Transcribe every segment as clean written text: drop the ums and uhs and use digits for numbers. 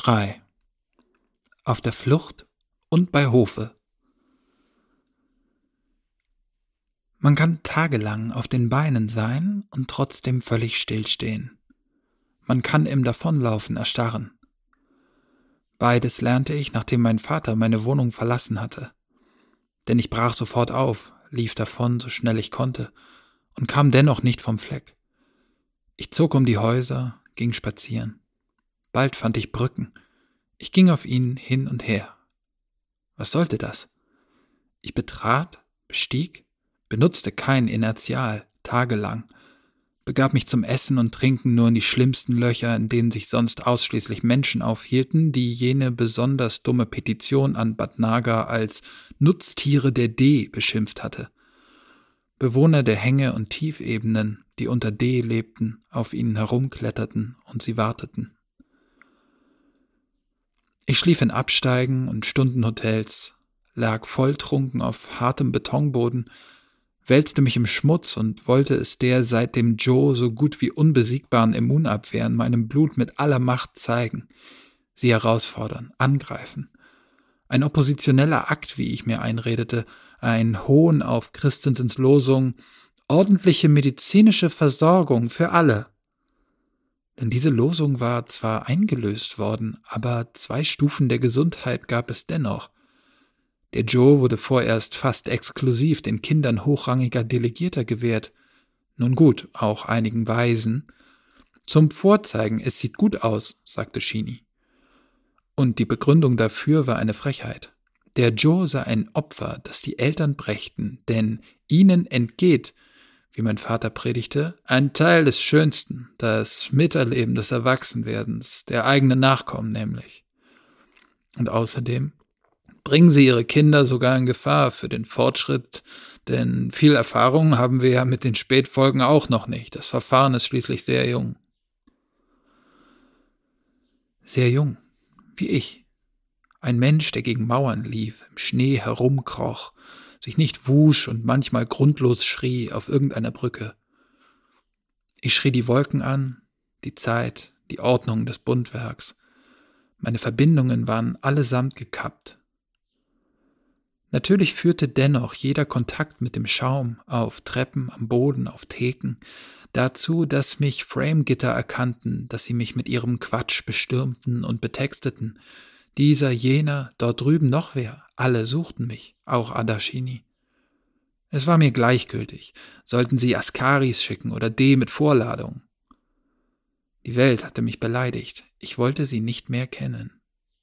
3. Auf der Flucht und bei Hofe. Man kann tagelang auf den Beinen sein und trotzdem völlig stillstehen. Man kann im Davonlaufen erstarren. Beides lernte ich, nachdem mein Vater meine Wohnung verlassen hatte. Denn ich brach sofort auf, lief davon, so schnell ich konnte, und kam dennoch nicht vom Fleck. Ich zog um die Häuser, ging spazieren. Bald fand ich Brücken. Ich ging auf ihnen hin und her. Was sollte das? Ich betrat, bestieg, benutzte kein Inertial, tagelang, begab mich zum Essen und Trinken nur in die schlimmsten Löcher, in denen sich sonst ausschließlich Menschen aufhielten, die jene besonders dumme Petition an Bad Naga als Nutztiere der D beschimpft hatte. Bewohner der Hänge und Tiefebenen, die unter D lebten, auf ihnen herumkletterten und sie warteten. Ich schlief in Absteigen und Stundenhotels, lag volltrunken auf hartem Betonboden, wälzte mich im Schmutz und wollte es der seit dem Joe so gut wie unbesiegbaren Immunabwehr in meinem Blut mit aller Macht zeigen, sie herausfordern, angreifen. Ein oppositioneller Akt, wie ich mir einredete, ein Hohn auf Christensens Losung, ordentliche medizinische Versorgung für alle. Denn diese Losung war zwar eingelöst worden, aber 2 Stufen der Gesundheit gab es dennoch. Der Joe wurde vorerst fast exklusiv den Kindern hochrangiger Delegierter gewährt. Nun gut, auch einigen Waisen. Zum Vorzeigen, es sieht gut aus, sagte Sheeny. Und die Begründung dafür war eine Frechheit. Der Joe sei ein Opfer, das die Eltern brächten, denn ihnen entgeht, wie mein Vater predigte, ein Teil des Schönsten, das Miterleben des Erwachsenwerdens, der eigenen Nachkommen nämlich. Und außerdem bringen sie ihre Kinder sogar in Gefahr für den Fortschritt, denn viel Erfahrung haben wir ja mit den Spätfolgen auch noch nicht. Das Verfahren ist schließlich sehr jung. Sehr jung, wie ich. Ein Mensch, der gegen Mauern lief, im Schnee herumkroch, sich nicht wusch und manchmal grundlos schrie auf irgendeiner Brücke. Ich schrie die Wolken an, die Zeit, die Ordnung des Bundwerks. Meine Verbindungen waren allesamt gekappt. Natürlich führte dennoch jeder Kontakt mit dem Schaum auf Treppen, am Boden, auf Theken dazu, dass mich Framegitter erkannten, dass sie mich mit ihrem Quatsch bestürmten und betexteten. Dieser, jener, dort drüben noch wer, alle suchten mich, auch Adashini. Es war mir gleichgültig, sollten sie Askaris schicken oder D mit Vorladung. Die Welt hatte mich beleidigt, ich wollte sie nicht mehr kennen.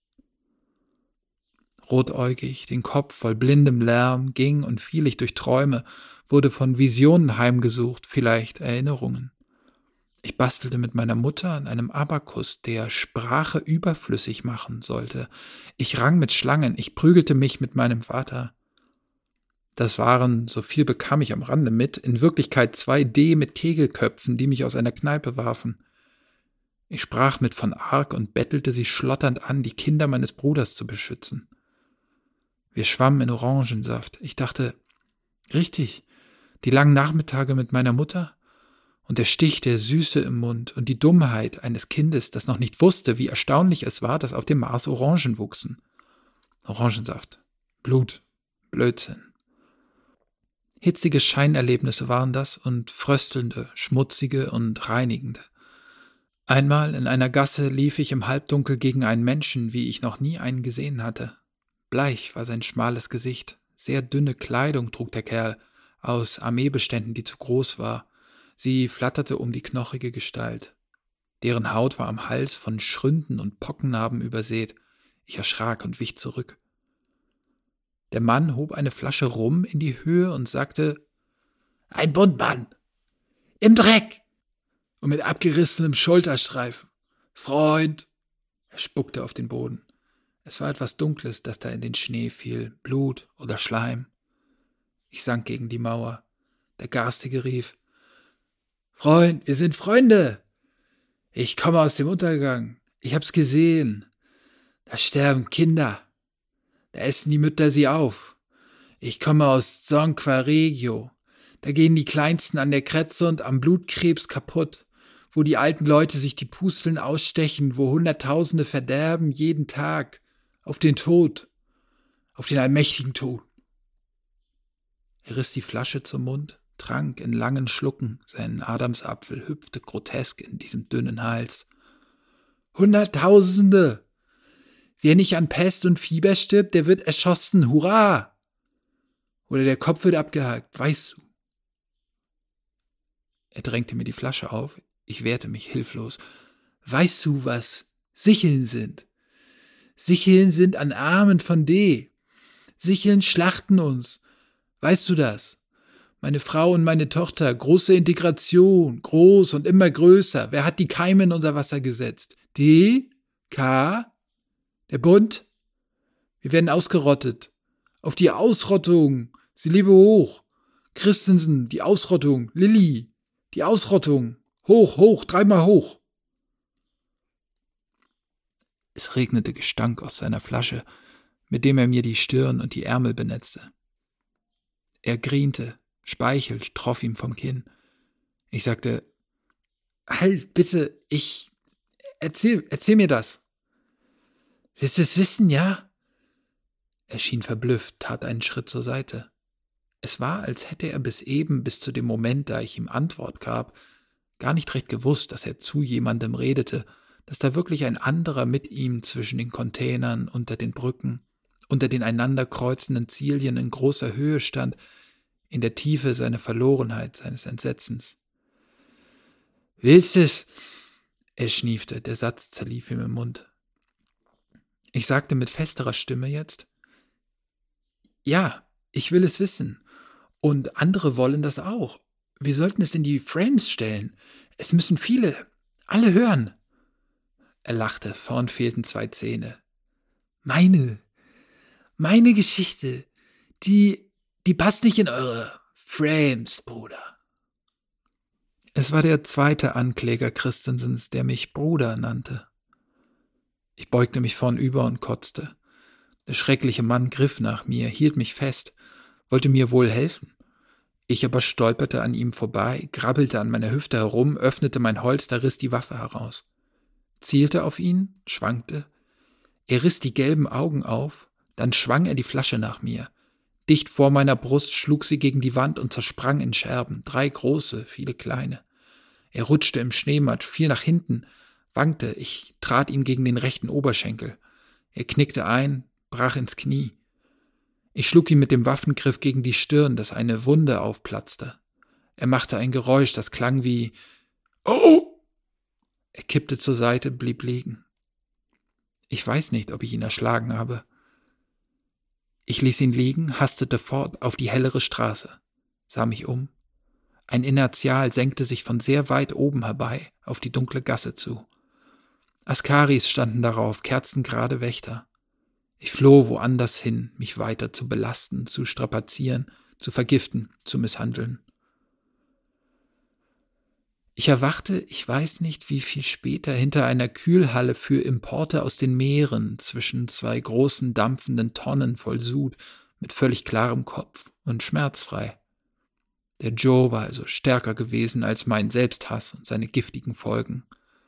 Rotäugig, den Kopf voll blindem Lärm, ging und fiel ich durch Träume, wurde von Visionen heimgesucht, vielleicht Erinnerungen. Ich bastelte mit meiner Mutter an einem Abakus, der Sprache überflüssig machen sollte. Ich rang mit Schlangen, ich prügelte mich mit meinem Vater. Das waren, so viel bekam ich am Rande mit, in Wirklichkeit 2 D mit Kegelköpfen, die mich aus einer Kneipe warfen. Ich sprach mit von Arc und bettelte sie schlotternd an, die Kinder meines Bruders zu beschützen. Wir schwammen in Orangensaft. Ich dachte, richtig, die langen Nachmittage mit meiner Mutter und der Stich der Süße im Mund und die Dummheit eines Kindes, das noch nicht wusste, wie erstaunlich es war, dass auf dem Mars Orangen wuchsen. Orangensaft, Blut, Blödsinn. Hitzige Scheinerlebnisse waren das und fröstelnde, schmutzige und reinigende. Einmal in einer Gasse lief ich im Halbdunkel gegen einen Menschen, wie ich noch nie einen gesehen hatte. Bleich war sein schmales Gesicht, sehr dünne Kleidung trug der Kerl, aus Armeebeständen, die zu groß war. Sie flatterte um die knochige Gestalt. Deren Haut war am Hals von Schründen und Pockennarben übersät. Ich erschrak und wich zurück. Der Mann hob eine Flasche Rum in die Höhe und sagte, »Ein Buntmann! Im Dreck!« Und mit abgerissenem Schulterstreifen. »Freund!« Er spuckte auf den Boden. Es war etwas Dunkles, das da in den Schnee fiel, Blut oder Schleim. Ich sank gegen die Mauer. Der Garstige rief, »Freund, wir sind Freunde! Ich komme aus dem Untergang. Ich hab's gesehen. Da sterben Kinder. Da essen die Mütter sie auf. Ich komme aus Zonqua Regio. Da gehen die Kleinsten an der Kretze und am Blutkrebs kaputt. wo die alten Leute sich die Pusteln ausstechen, wo Hunderttausende verderben jeden Tag, auf den Tod, auf den allmächtigen Tod. Er riss die Flasche zum Mund, trank in langen Schlucken, sein Adamsapfel hüpfte grotesk in diesem dünnen Hals. Hunderttausende! Wer nicht an Pest und Fieber stirbt, der wird erschossen, hurra! Oder der Kopf wird abgehakt, weißt du. Er drängte mir die Flasche auf, ich wehrte mich hilflos. Weißt du, was Sicheln sind? Sicheln sind an Armen von D. Sicheln schlachten uns. Weißt du das? Meine Frau und meine Tochter, große Integration, groß und immer größer. Wer hat die Keime in unser Wasser gesetzt? D? K? Der Bund? Wir werden ausgerottet. Auf die Ausrottung. Sie lebe hoch. Christensen, die Ausrottung. Lilly, die Ausrottung. Hoch, hoch, dreimal hoch. Es regnete Gestank aus seiner Flasche, mit dem er mir die Stirn und die Ärmel benetzte. Er griente, Speichel troff ihm vom Kinn. Ich sagte, halt, bitte, erzähl mir das. Willst du es wissen, ja? Er schien verblüfft, tat einen Schritt zur Seite. Es war, als hätte er bis zu dem Moment, da ich ihm Antwort gab, gar nicht recht gewusst, dass er zu jemandem redete, dass da wirklich ein anderer mit ihm zwischen den Containern, unter den Brücken, unter den einander kreuzenden Zilien in großer Höhe stand, in der Tiefe seiner Verlorenheit, seines Entsetzens. »Willst es?« Er schniefte, der Satz zerlief ihm im Mund. Ich sagte mit festerer Stimme jetzt, »Ja, ich will es wissen. Und andere wollen das auch. Wir sollten es in die Frames stellen. Es müssen alle hören.« Er lachte, vorn fehlten 2 Zähne. Meine Geschichte, die passt nicht in eure Frames, Bruder.« Es war der zweite Ankläger Christensens, der mich Bruder nannte. Ich beugte mich vornüber und kotzte. Der schreckliche Mann griff nach mir, hielt mich fest, wollte mir wohl helfen. Ich aber stolperte an ihm vorbei, krabbelte an meiner Hüfte herum, öffnete mein Holster, riss die Waffe heraus. Zielte auf ihn, schwankte. Er riss die gelben Augen auf, dann schwang er die Flasche nach mir. Dicht vor meiner Brust schlug sie gegen die Wand und zersprang in Scherben, 3 große, viele kleine. Er rutschte im Schneematsch, fiel nach hinten, wankte, ich trat ihm gegen den rechten Oberschenkel. Er knickte ein, brach ins Knie. Ich schlug ihn mit dem Waffengriff gegen die Stirn, dass eine Wunde aufplatzte. Er machte ein Geräusch, das klang wie »Oh!« Er kippte zur Seite, blieb liegen. Ich weiß nicht, ob ich ihn erschlagen habe. Ich ließ ihn liegen, hastete fort auf die hellere Straße, sah mich um. Ein Inertial senkte sich von sehr weit oben herbei, auf die dunkle Gasse zu. Askaris standen darauf, kerzengerade Wächter. Ich floh woanders hin, mich weiter zu belasten, zu strapazieren, zu vergiften, zu misshandeln. Ich erwachte, ich weiß nicht wie viel später, hinter einer Kühlhalle für Importe aus den Meeren, zwischen 2 großen dampfenden Tonnen voll Sud, mit völlig klarem Kopf und schmerzfrei. Der Joe war also stärker gewesen als mein Selbsthass und seine giftigen Folgen.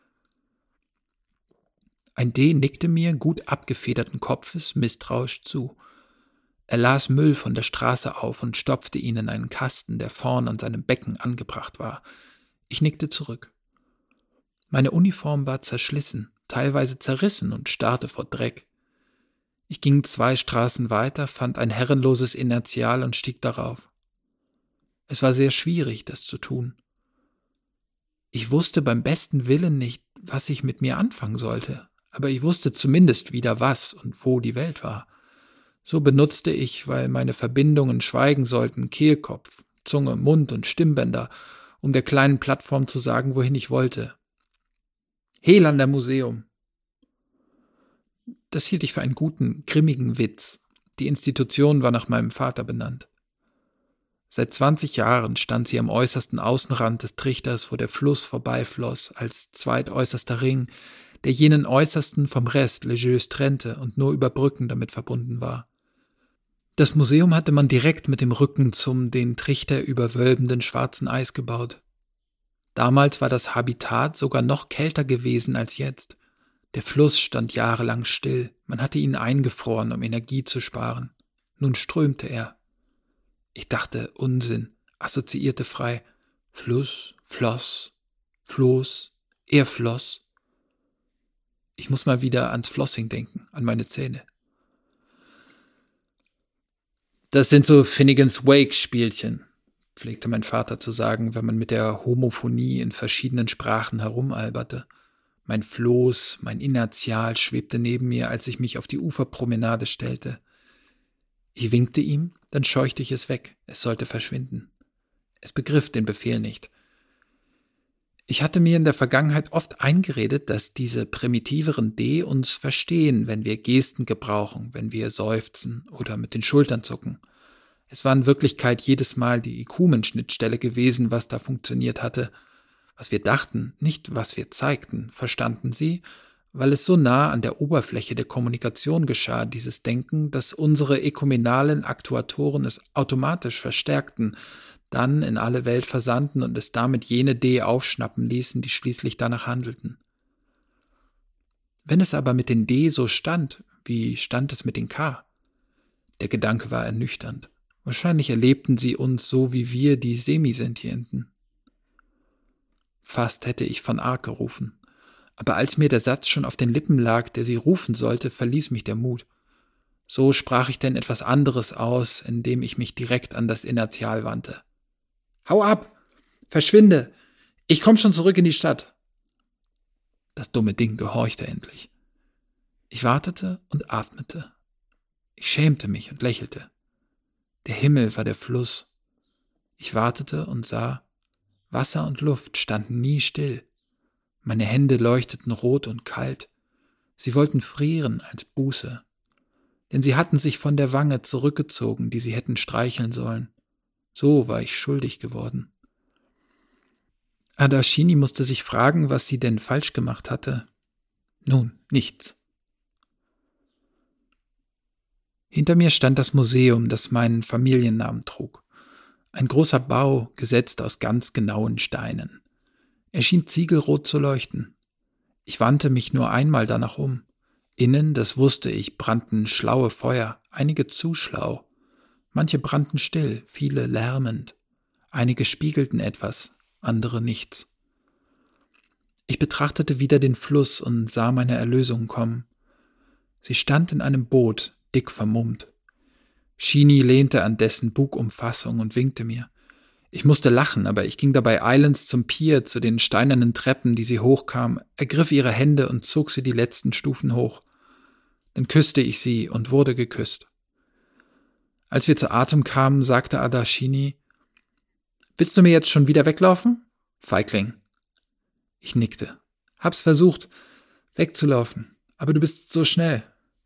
Ein D nickte mir gut abgefederten Kopfes misstrauisch zu. Er las Müll von der Straße auf und stopfte ihn in einen Kasten, der vorn an seinem Becken angebracht war. Ich nickte zurück. Meine Uniform war zerschlissen, teilweise zerrissen und starrte vor Dreck. Ich ging 2 Straßen weiter, fand ein herrenloses Inertial und stieg darauf. Es war sehr schwierig, das zu tun. Ich wusste beim besten Willen nicht, was ich mit mir anfangen sollte, aber ich wusste zumindest wieder, was und wo die Welt war. So benutzte ich, weil meine Verbindungen schweigen sollten, Kehlkopf, Zunge, Mund und Stimmbänder, um der kleinen Plattform zu sagen, wohin ich wollte. Helander Museum. Das hielt ich für einen guten, grimmigen Witz. Die Institution war nach meinem Vater benannt. Seit 20 Jahren stand sie am äußersten Außenrand des Trichters, wo der Fluss vorbeifloss, als zweitäußerster Ring, der jenen äußersten vom Rest legeus trennte und nur über Brücken damit verbunden war. Das Museum hatte man direkt mit dem Rücken zum den Trichter überwölbenden schwarzen Eis gebaut. Damals war das Habitat sogar noch kälter gewesen als jetzt. Der Fluss stand jahrelang still, man hatte ihn eingefroren, um Energie zu sparen. Nun strömte er. Ich dachte, Unsinn, assoziierte frei. Fluss, floss, Floß, er floss. Ich muss mal wieder ans Flossing denken, an meine Zähne. Das sind so Finnegans Wake-Spielchen, pflegte mein Vater zu sagen, wenn man mit der Homophonie in verschiedenen Sprachen herumalberte. Mein Floß, mein Inertial schwebte neben mir, als ich mich auf die Uferpromenade stellte. Ich winkte ihm, dann scheuchte ich es weg, es sollte verschwinden. Es begriff den Befehl nicht. Ich hatte mir in der Vergangenheit oft eingeredet, dass diese primitiveren D uns verstehen, wenn wir Gesten gebrauchen, wenn wir seufzen oder mit den Schultern zucken. Es war in Wirklichkeit jedes Mal die Ikumen-Schnittstelle gewesen, was da funktioniert hatte. Was wir dachten, nicht was wir zeigten, verstanden sie, weil es so nah an der Oberfläche der Kommunikation geschah, dieses Denken, dass unsere ekumenalen Aktuatoren es automatisch verstärkten, dann in alle Welt versandten und es damit jene D aufschnappen ließen, die schließlich danach handelten. Wenn es aber mit den D so stand, wie stand es mit den K? Der Gedanke war ernüchternd. Wahrscheinlich erlebten sie uns so wie wir die Semisentienten. Fast hätte ich von Arc gerufen. Aber als mir der Satz schon auf den Lippen lag, der sie rufen sollte, verließ mich der Mut. So sprach ich denn etwas anderes aus, indem ich mich direkt an das Inertial wandte. »Hau ab! Verschwinde! Ich komm schon zurück in die Stadt!« Das dumme Ding gehorchte endlich. Ich wartete und atmete. Ich schämte mich und lächelte. Der Himmel war der Fluss. Ich wartete und sah, Wasser und Luft standen nie still. Meine Hände leuchteten rot und kalt. Sie wollten frieren als Buße. Denn sie hatten sich von der Wange zurückgezogen, die sie hätten streicheln sollen. So war ich schuldig geworden. Ardashini musste sich fragen, was sie denn falsch gemacht hatte. Nun, nichts. Hinter mir stand das Museum, das meinen Familiennamen trug. Ein großer Bau, gesetzt aus ganz genauen Steinen. Er schien ziegelrot zu leuchten. Ich wandte mich nur einmal danach um. Innen, das wusste ich, brannten schlaue Feuer, einige zu schlau. Manche brannten still, viele lärmend. Einige spiegelten etwas, andere nichts. Ich betrachtete wieder den Fluss und sah meine Erlösung kommen. Sie stand in einem Boot, dick vermummt. Shini lehnte an dessen Bugumfassung und winkte mir. Ich musste lachen, aber ich ging dabei eilends zum Pier, zu den steinernen Treppen, die sie hochkam, ergriff ihre Hände und zog sie die letzten Stufen hoch. Dann küsste ich sie und wurde geküsst. Als wir zu Atem kamen, sagte Ardashini, »Willst du mir jetzt schon wieder weglaufen? Feigling.« Ich nickte. »Hab's versucht, wegzulaufen, aber du bist so schnell.«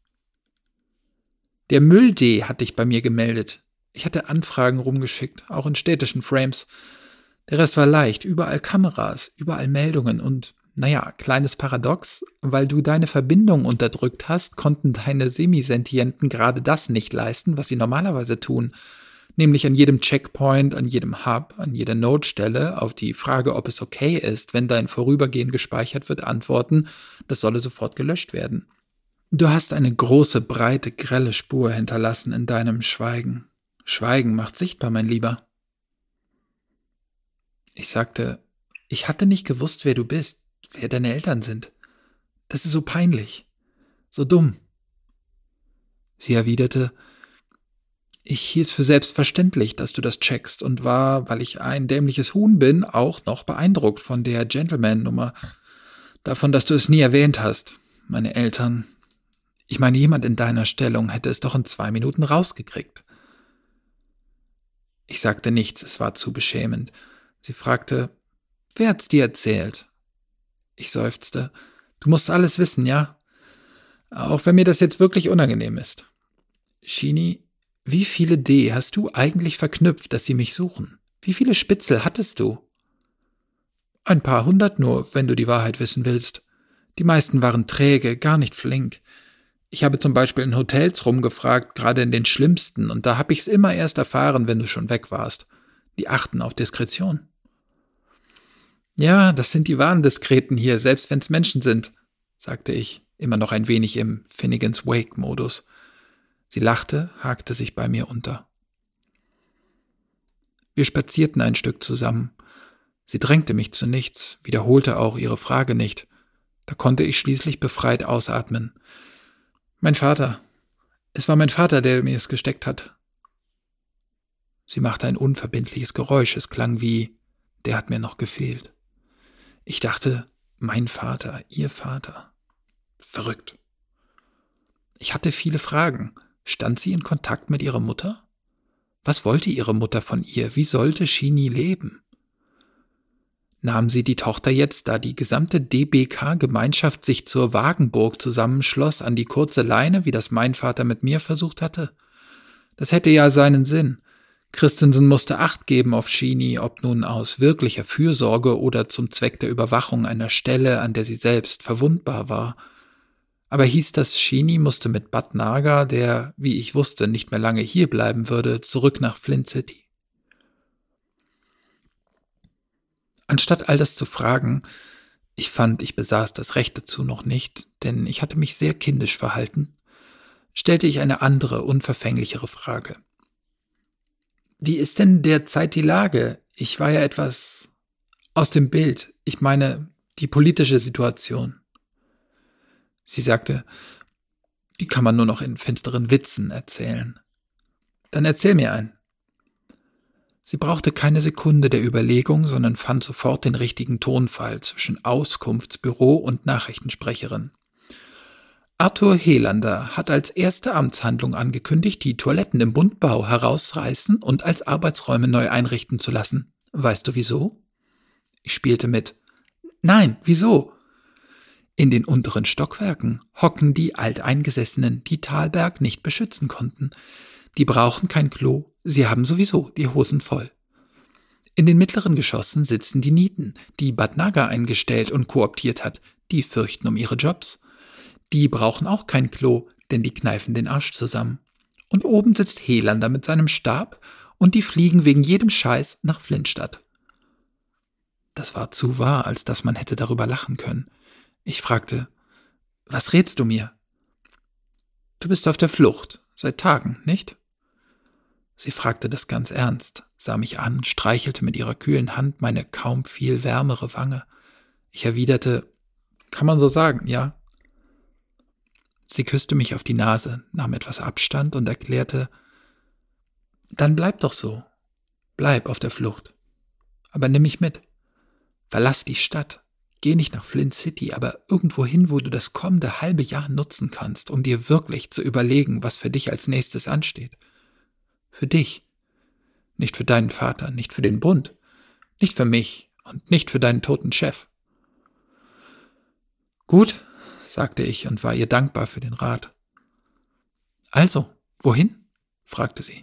»Der Müll-D hat dich bei mir gemeldet. Ich hatte Anfragen rumgeschickt, auch in städtischen Frames. Der Rest war leicht, überall Kameras, überall Meldungen und, naja, kleines Paradox, weil du deine Verbindung unterdrückt hast, konnten deine Semisentienten gerade das nicht leisten, was sie normalerweise tun, nämlich an jedem Checkpoint, an jedem Hub, an jeder Node-Stelle auf die Frage, ob es okay ist, wenn dein Vorübergehen gespeichert wird, antworten, das solle sofort gelöscht werden. Du hast eine große, breite, grelle Spur hinterlassen in deinem Schweigen. Schweigen macht sichtbar, mein Lieber. Ich sagte, ich hatte nicht gewusst, wer du bist, wer deine Eltern sind. Das ist so peinlich, so dumm. Sie erwiderte, ich hielt's für selbstverständlich, dass du das checkst und war, weil ich ein dämliches Huhn bin, auch noch beeindruckt von der Gentleman-Nummer, davon, dass du es nie erwähnt hast. Meine Eltern, ich meine, jemand in deiner Stellung hätte es doch in 2 Minuten rausgekriegt. Ich sagte nichts, es war zu beschämend. Sie fragte, wer hat's dir erzählt? Ich seufzte, du musst alles wissen, ja? Auch wenn mir das jetzt wirklich unangenehm ist. Shini, wie viele D hast du eigentlich verknüpft, dass sie mich suchen? Wie viele Spitzel hattest du? Ein paar hundert nur, wenn du die Wahrheit wissen willst. Die meisten waren träge, gar nicht flink. Ich habe zum Beispiel in Hotels rumgefragt, gerade in den schlimmsten, und da hab ich's immer erst erfahren, wenn du schon weg warst. Die achten auf Diskretion. Ja, das sind die wahren Diskreten hier, selbst wenn's Menschen sind, sagte ich, immer noch ein wenig im Finnegans Wake-Modus. Sie lachte, hakte sich bei mir unter. Wir spazierten ein Stück zusammen. Sie drängte mich zu nichts, wiederholte auch ihre Frage nicht. Da konnte ich schließlich befreit ausatmen. Mein Vater. Es war mein Vater, der mir es gesteckt hat. Sie machte ein unverbindliches Geräusch. Es klang wie, der hat mir noch gefehlt. Ich dachte, mein Vater, ihr Vater. Verrückt. Ich hatte viele Fragen. Stand sie in Kontakt mit ihrer Mutter? Was wollte ihre Mutter von ihr? Wie sollte Shini leben? Nahm sie die Tochter jetzt, da die gesamte DBK-Gemeinschaft sich zur Wagenburg zusammenschloss, an die kurze Leine, wie das mein Vater mit mir versucht hatte? Das hätte ja seinen Sinn. Christensen musste Acht geben auf Shini, ob nun aus wirklicher Fürsorge oder zum Zweck der Überwachung einer Stelle, an der sie selbst verwundbar war. Aber hieß das, Shini musste mit Bad Naga, der, wie ich wusste, nicht mehr lange hier bleiben würde, zurück nach Flint City. Anstatt all das zu fragen, ich fand, ich besaß das Recht dazu noch nicht, denn ich hatte mich sehr kindisch verhalten, stellte ich eine andere, unverfänglichere Frage. Wie ist denn derzeit die Lage? Ich war ja etwas aus dem Bild. Ich meine, die politische Situation. Sie sagte, die kann man nur noch in finsteren Witzen erzählen. Dann erzähl mir einen. Sie brauchte keine Sekunde der Überlegung, sondern fand sofort den richtigen Tonfall zwischen Auskunftsbüro und Nachrichtensprecherin. Arthur Helander hat als erste Amtshandlung angekündigt, die Toiletten im Bundbau herausreißen und als Arbeitsräume neu einrichten zu lassen. Weißt du wieso? Ich spielte mit. Nein, wieso? In den unteren Stockwerken hocken die Alteingesessenen, die Thalberg nicht beschützen konnten. Die brauchen kein Klo, sie haben sowieso die Hosen voll. In den mittleren Geschossen sitzen die Nieten, die Bad Naga eingestellt und kooptiert hat, die fürchten um ihre Jobs. Die brauchen auch kein Klo, denn die kneifen den Arsch zusammen. Und oben sitzt Helander mit seinem Stab und die fliegen wegen jedem Scheiß nach Flintstadt. Das war zu wahr, als dass man hätte darüber lachen können. Ich fragte, was rätst du mir? Du bist auf der Flucht, seit Tagen, nicht? Sie fragte das ganz ernst, sah mich an, streichelte mit ihrer kühlen Hand meine kaum viel wärmere Wange. Ich erwiderte, kann man so sagen, ja. Sie küsste mich auf die Nase, nahm etwas Abstand und erklärte, dann bleib doch so. Bleib auf der Flucht. Aber nimm mich mit. Verlass die Stadt. Geh nicht nach Flint City, aber irgendwo hin, wo du das kommende halbe Jahr nutzen kannst, um dir wirklich zu überlegen, was für dich als nächstes ansteht. Für dich. Nicht für deinen Vater, nicht für den Bund, nicht für mich und nicht für deinen toten Chef. Gut, sagte ich und war ihr dankbar für den Rat. Also, wohin? Fragte sie.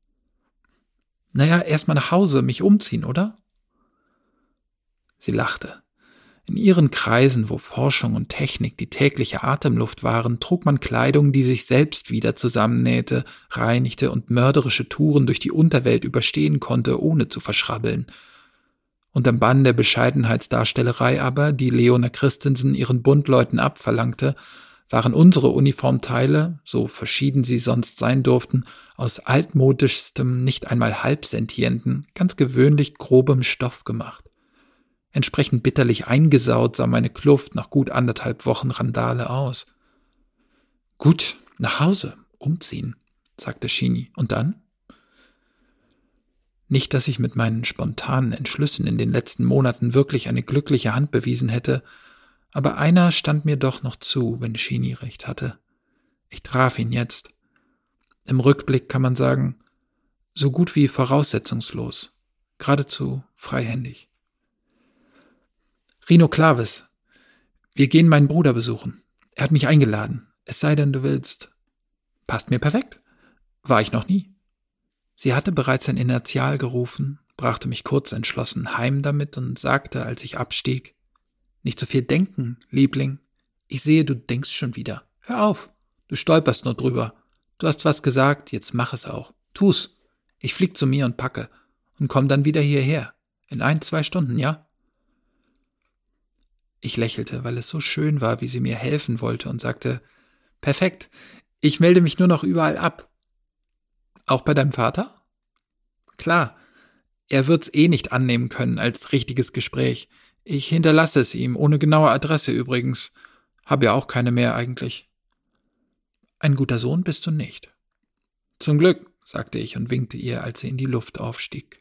Naja, erst mal nach Hause, mich umziehen, oder? Sie lachte. In ihren Kreisen, wo Forschung und Technik die tägliche Atemluft waren, trug man Kleidung, die sich selbst wieder zusammennähte, reinigte und mörderische Touren durch die Unterwelt überstehen konnte, ohne zu verschrabbeln. Unterm Bann der Bescheidenheitsdarstellerei aber, die Leona Christensen ihren Bundleuten abverlangte, waren unsere Uniformteile, so verschieden sie sonst sein durften, aus altmodischstem, nicht einmal halbsentienten, ganz gewöhnlich grobem Stoff gemacht. Entsprechend bitterlich eingesaut sah meine Kluft nach gut 1,5 Wochen Randale aus. Gut, nach Hause, umziehen, sagte Shini. Und dann? Nicht, dass ich mit meinen spontanen Entschlüssen in den letzten Monaten wirklich eine glückliche Hand bewiesen hätte, aber einer stand mir doch noch zu, wenn Shini recht hatte. Ich traf ihn jetzt. Im Rückblick kann man sagen, so gut wie voraussetzungslos, geradezu freihändig. Rino Clavis, wir gehen meinen Bruder besuchen. Er hat mich eingeladen, es sei denn, du willst. Passt mir perfekt. War ich noch nie. Sie hatte bereits ein Inertial gerufen, brachte mich kurz entschlossen heim damit und sagte, als ich abstieg, nicht so viel denken, Liebling. Ich sehe, du denkst schon wieder. Hör auf, du stolperst nur drüber. Du hast was gesagt, jetzt mach es auch. Tu's. Ich flieg zu mir und packe und komm dann wieder hierher. In 1-2 Stunden, ja? Ich lächelte, weil es so schön war, wie sie mir helfen wollte, und sagte: »Perfekt, ich melde mich nur noch überall ab.« »Auch bei deinem Vater?« »Klar, er wird's eh nicht annehmen können als richtiges Gespräch. Ich hinterlasse es ihm, ohne genaue Adresse übrigens. Hab ja auch keine mehr eigentlich.« »Ein guter Sohn bist du nicht.« »Zum Glück«, sagte ich und winkte ihr, als sie in die Luft aufstieg.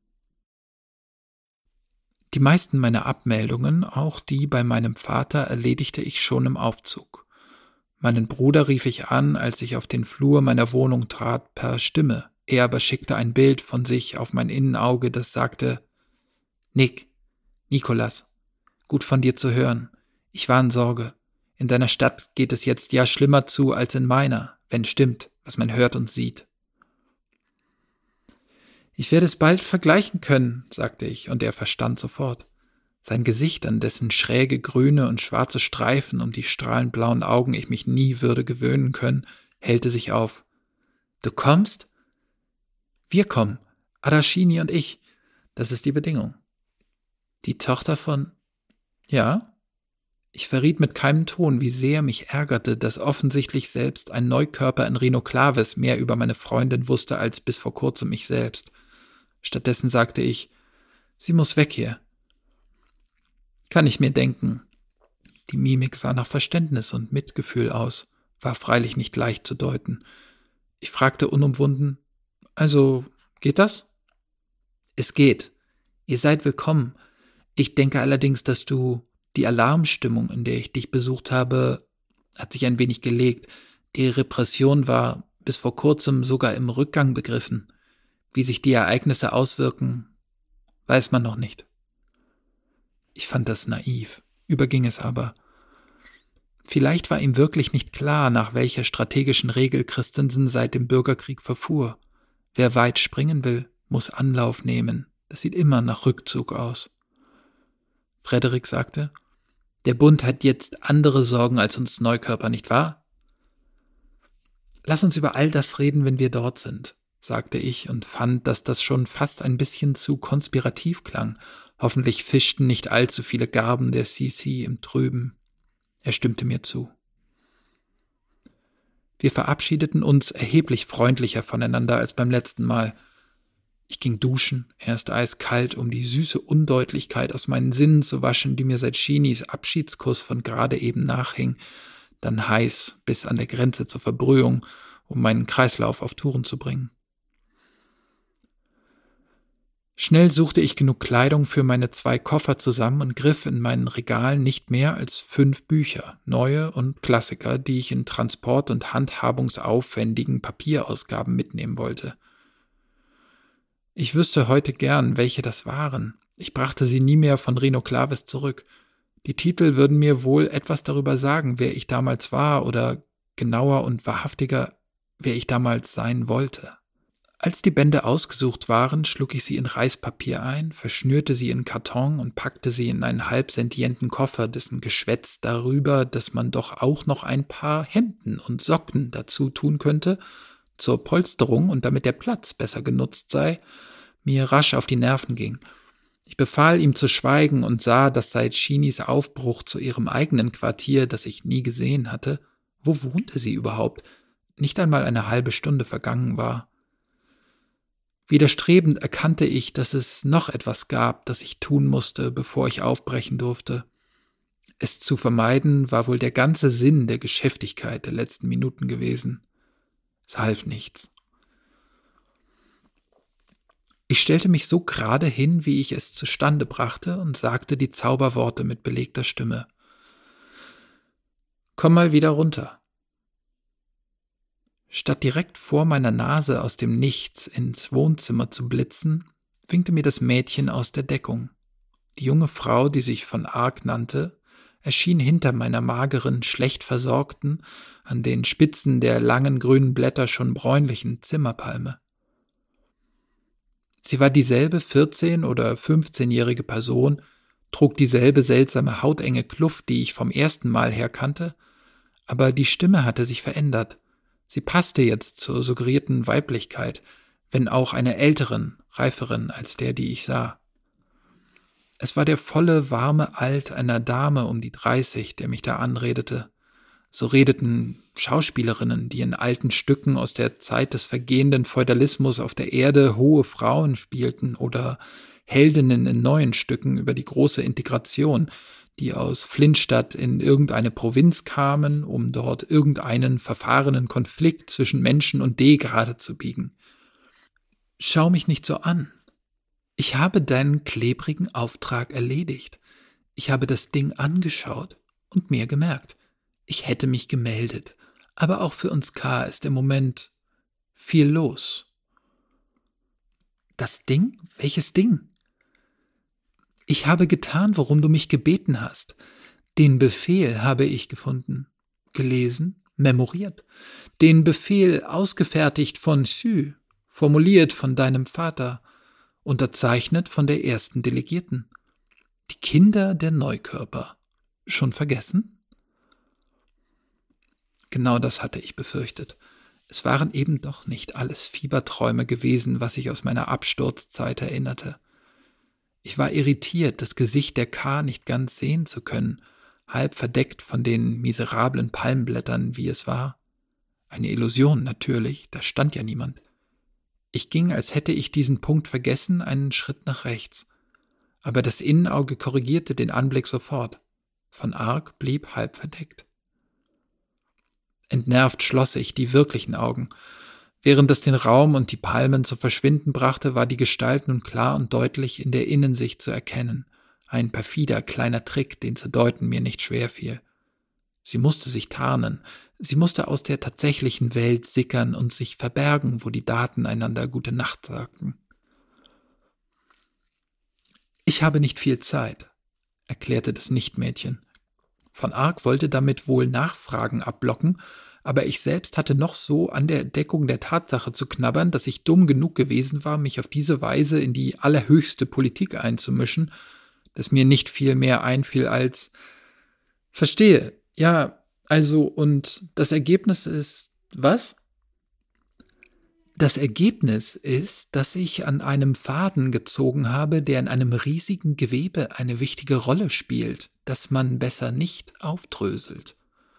Die meisten meiner Abmeldungen, auch die bei meinem Vater, erledigte ich schon im Aufzug. Meinen Bruder rief ich an, als ich auf den Flur meiner Wohnung trat, per Stimme. Er aber schickte ein Bild von sich auf mein Innenauge, das sagte: Nikolas, gut von dir zu hören. Ich war in Sorge. In deiner Stadt geht es jetzt ja schlimmer zu als in meiner, wenn stimmt, was man hört und sieht.« »Ich werde es bald vergleichen können«, sagte ich, und er verstand sofort. Sein Gesicht, an dessen schräge grüne und schwarze Streifen um die strahlend blauen Augen ich mich nie würde gewöhnen können, hellte sich auf. »Du kommst?« »Wir kommen, Arashini und ich. Das ist die Bedingung.« »Die Tochter von...« »Ja?« Ich verriet mit keinem Ton, wie sehr mich ärgerte, dass offensichtlich selbst ein Neukörper in Rhinoklaves mehr über meine Freundin wusste als bis vor kurzem ich selbst. Stattdessen sagte ich: »Sie muss weg hier.« »Kann ich mir denken.« Die Mimik sah nach Verständnis und Mitgefühl aus, war freilich nicht leicht zu deuten. Ich fragte unumwunden: »Also, geht das?« »Es geht. Ihr seid willkommen. Ich denke allerdings, dass du die Alarmstimmung, in der ich dich besucht habe, hat sich ein wenig gelegt. Die Repression war bis vor kurzem sogar im Rückgang begriffen. Wie sich die Ereignisse auswirken, weiß man noch nicht.« Ich fand das naiv, überging es aber. Vielleicht war ihm wirklich nicht klar, nach welcher strategischen Regel Christensen seit dem Bürgerkrieg verfuhr. Wer weit springen will, muss Anlauf nehmen. Das sieht immer nach Rückzug aus. Frederik sagte: »Der Bund hat jetzt andere Sorgen als uns Neukörper, nicht wahr?« »Lass uns über all das reden, wenn wir dort sind«, sagte ich und fand, dass das schon fast ein bisschen zu konspirativ klang. Hoffentlich fischten nicht allzu viele Garben der CC im Trüben. Er stimmte mir zu. Wir verabschiedeten uns erheblich freundlicher voneinander als beim letzten Mal. Ich ging duschen, erst eiskalt, um die süße Undeutlichkeit aus meinen Sinnen zu waschen, die mir seit Shinis Abschiedskuss von gerade eben nachhing, dann heiß bis an der Grenze zur Verbrühung, um meinen Kreislauf auf Touren zu bringen. Schnell suchte ich genug Kleidung für meine 2 Koffer zusammen und griff in meinen Regalen nicht mehr als 5 Bücher, neue und Klassiker, die ich in transport- und handhabungsaufwendigen Papierausgaben mitnehmen wollte. Ich wüsste heute gern, welche das waren. Ich brachte sie nie mehr von Rhinoklaves zurück. Die Titel würden mir wohl etwas darüber sagen, wer ich damals war, oder genauer und wahrhaftiger, wer ich damals sein wollte. Als die Bände ausgesucht waren, schlug ich sie in Reispapier ein, verschnürte sie in Karton und packte sie in einen halb sentienten Koffer, dessen Geschwätz darüber, dass man doch auch noch ein paar Hemden und Socken dazu tun könnte, zur Polsterung und damit der Platz besser genutzt sei, mir rasch auf die Nerven ging. Ich befahl ihm zu schweigen und sah, dass seit Shinis Aufbruch zu ihrem eigenen Quartier, das ich nie gesehen hatte, wo wohnte sie überhaupt, nicht einmal eine halbe Stunde vergangen war. Widerstrebend erkannte ich, dass es noch etwas gab, das ich tun musste, bevor ich aufbrechen durfte. Es zu vermeiden, war wohl der ganze Sinn der Geschäftigkeit der letzten Minuten gewesen. Es half nichts. Ich stellte mich so gerade hin, wie ich es zustande brachte, und sagte die Zauberworte mit belegter Stimme. »Komm mal wieder runter.« Statt direkt vor meiner Nase aus dem Nichts ins Wohnzimmer zu blitzen, winkte mir das Mädchen aus der Deckung. Die junge Frau, die sich von Arc nannte, erschien hinter meiner mageren, schlecht versorgten, an den Spitzen der langen grünen Blätter schon bräunlichen Zimmerpalme. Sie war dieselbe 14- oder 15-jährige Person, trug dieselbe seltsame hautenge Kluft, die ich vom ersten Mal her kannte, aber die Stimme hatte sich verändert. Sie passte jetzt zur suggerierten Weiblichkeit, wenn auch einer älteren, reiferen als der, die ich sah. Es war der volle, warme Alt einer Dame um die 30, der mich da anredete. So redeten Schauspielerinnen, die in alten Stücken aus der Zeit des vergehenden Feudalismus auf der Erde hohe Frauen spielten, oder Heldinnen in neuen Stücken über die große Integration, die aus Flintstadt in irgendeine Provinz kamen, um dort irgendeinen verfahrenen Konflikt zwischen Menschen und D gerade zu biegen. Schau mich nicht so an. Ich habe deinen klebrigen Auftrag erledigt. Ich habe das Ding angeschaut und mir gemerkt. Ich hätte mich gemeldet, aber auch für uns K. ist im Moment viel los. Das Ding? Welches Ding? Ich habe getan, worum du mich gebeten hast. Den Befehl habe ich gefunden, gelesen, memoriert. Den Befehl ausgefertigt von Sü, formuliert von deinem Vater, unterzeichnet von der ersten Delegierten. Die Kinder der Neukörper. Schon vergessen? Genau das hatte ich befürchtet. Es waren eben doch nicht alles Fieberträume gewesen, was ich aus meiner Absturzzeit erinnerte. Ich war irritiert, das Gesicht der K. nicht ganz sehen zu können, halb verdeckt von den miserablen Palmblättern, wie es war. Eine Illusion, natürlich, da stand ja niemand. Ich ging, als hätte ich diesen Punkt vergessen, einen Schritt nach rechts. Aber das Innenauge korrigierte den Anblick sofort. Von Arc blieb halb verdeckt. Entnervt schloss ich die wirklichen Augen. Während es den Raum und die Palmen zu verschwinden brachte, war die Gestalt nun klar und deutlich in der Innensicht zu erkennen. Ein perfider kleiner Trick, den zu deuten mir nicht schwer fiel. Sie musste sich tarnen, sie musste aus der tatsächlichen Welt sickern und sich verbergen, wo die Daten einander gute Nacht sagten. Ich habe nicht viel Zeit, erklärte das Nichtmädchen. Von Arc wollte damit wohl Nachfragen abblocken, aber ich selbst hatte noch so an der Entdeckung der Tatsache zu knabbern, dass ich dumm genug gewesen war, mich auf diese Weise in die allerhöchste Politik einzumischen, dass mir nicht viel mehr einfiel als »Verstehe, ja, also, und das Ergebnis ist, was?« Das Ergebnis ist, dass ich an einem Faden gezogen habe, der in einem riesigen Gewebe eine wichtige Rolle spielt, das man besser nicht aufdröselt.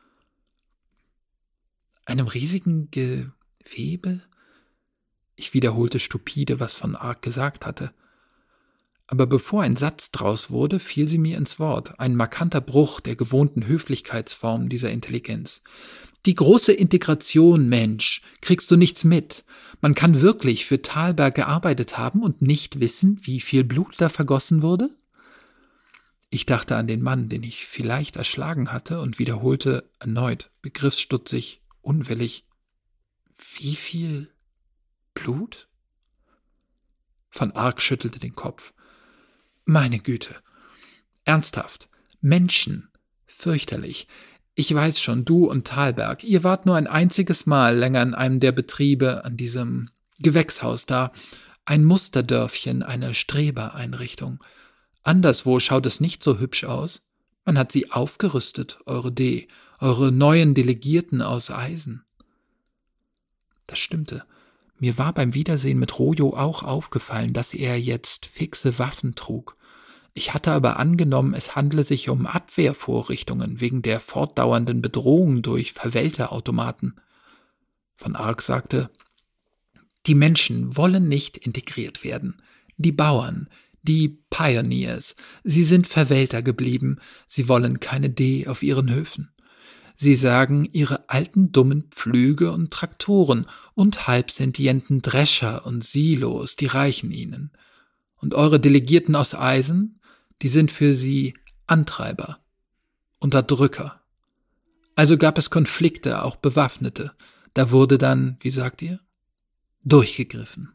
Einem riesigen Gewebe? Ich wiederholte stupide, was von Arc gesagt hatte. Aber bevor ein Satz draus wurde, fiel sie mir ins Wort, ein markanter Bruch der gewohnten Höflichkeitsform dieser Intelligenz. Die große Integration, Mensch, kriegst du nichts mit. Man kann wirklich für Thalberg gearbeitet haben und nicht wissen, wie viel Blut da vergossen wurde? Ich dachte an den Mann, den ich vielleicht erschlagen hatte, und wiederholte erneut, begriffsstutzig, unwillig. Wie viel Blut? Von Arc schüttelte den Kopf. Meine Güte. Ernsthaft. Menschen. Fürchterlich. Ich weiß schon, du und Thalberg, ihr wart nur ein einziges Mal länger in einem der Betriebe, an diesem Gewächshaus da. Ein Musterdörfchen, eine Strebereinrichtung. Anderswo schaut es nicht so hübsch aus. Man hat sie aufgerüstet, eure neuen Delegierten aus Eisen. Das stimmte. Mir war beim Wiedersehen mit Rojo auch aufgefallen, dass er jetzt fixe Waffen trug. Ich hatte aber angenommen, es handle sich um Abwehrvorrichtungen wegen der fortdauernden Bedrohung durch verwellte Automaten. Von Arc sagte, die Menschen wollen nicht integriert werden. Die Bauern, die Pioneers, sie sind Verwelter geblieben, sie wollen keine D auf ihren Höfen. Sie sagen, ihre alten dummen Pflüge und Traktoren und halbsentienten Drescher und Silos, die reichen ihnen. Und eure Delegierten aus Eisen, die sind für sie Antreiber, Unterdrücker. Also gab es Konflikte, auch bewaffnete. Da wurde dann, wie sagt ihr, durchgegriffen.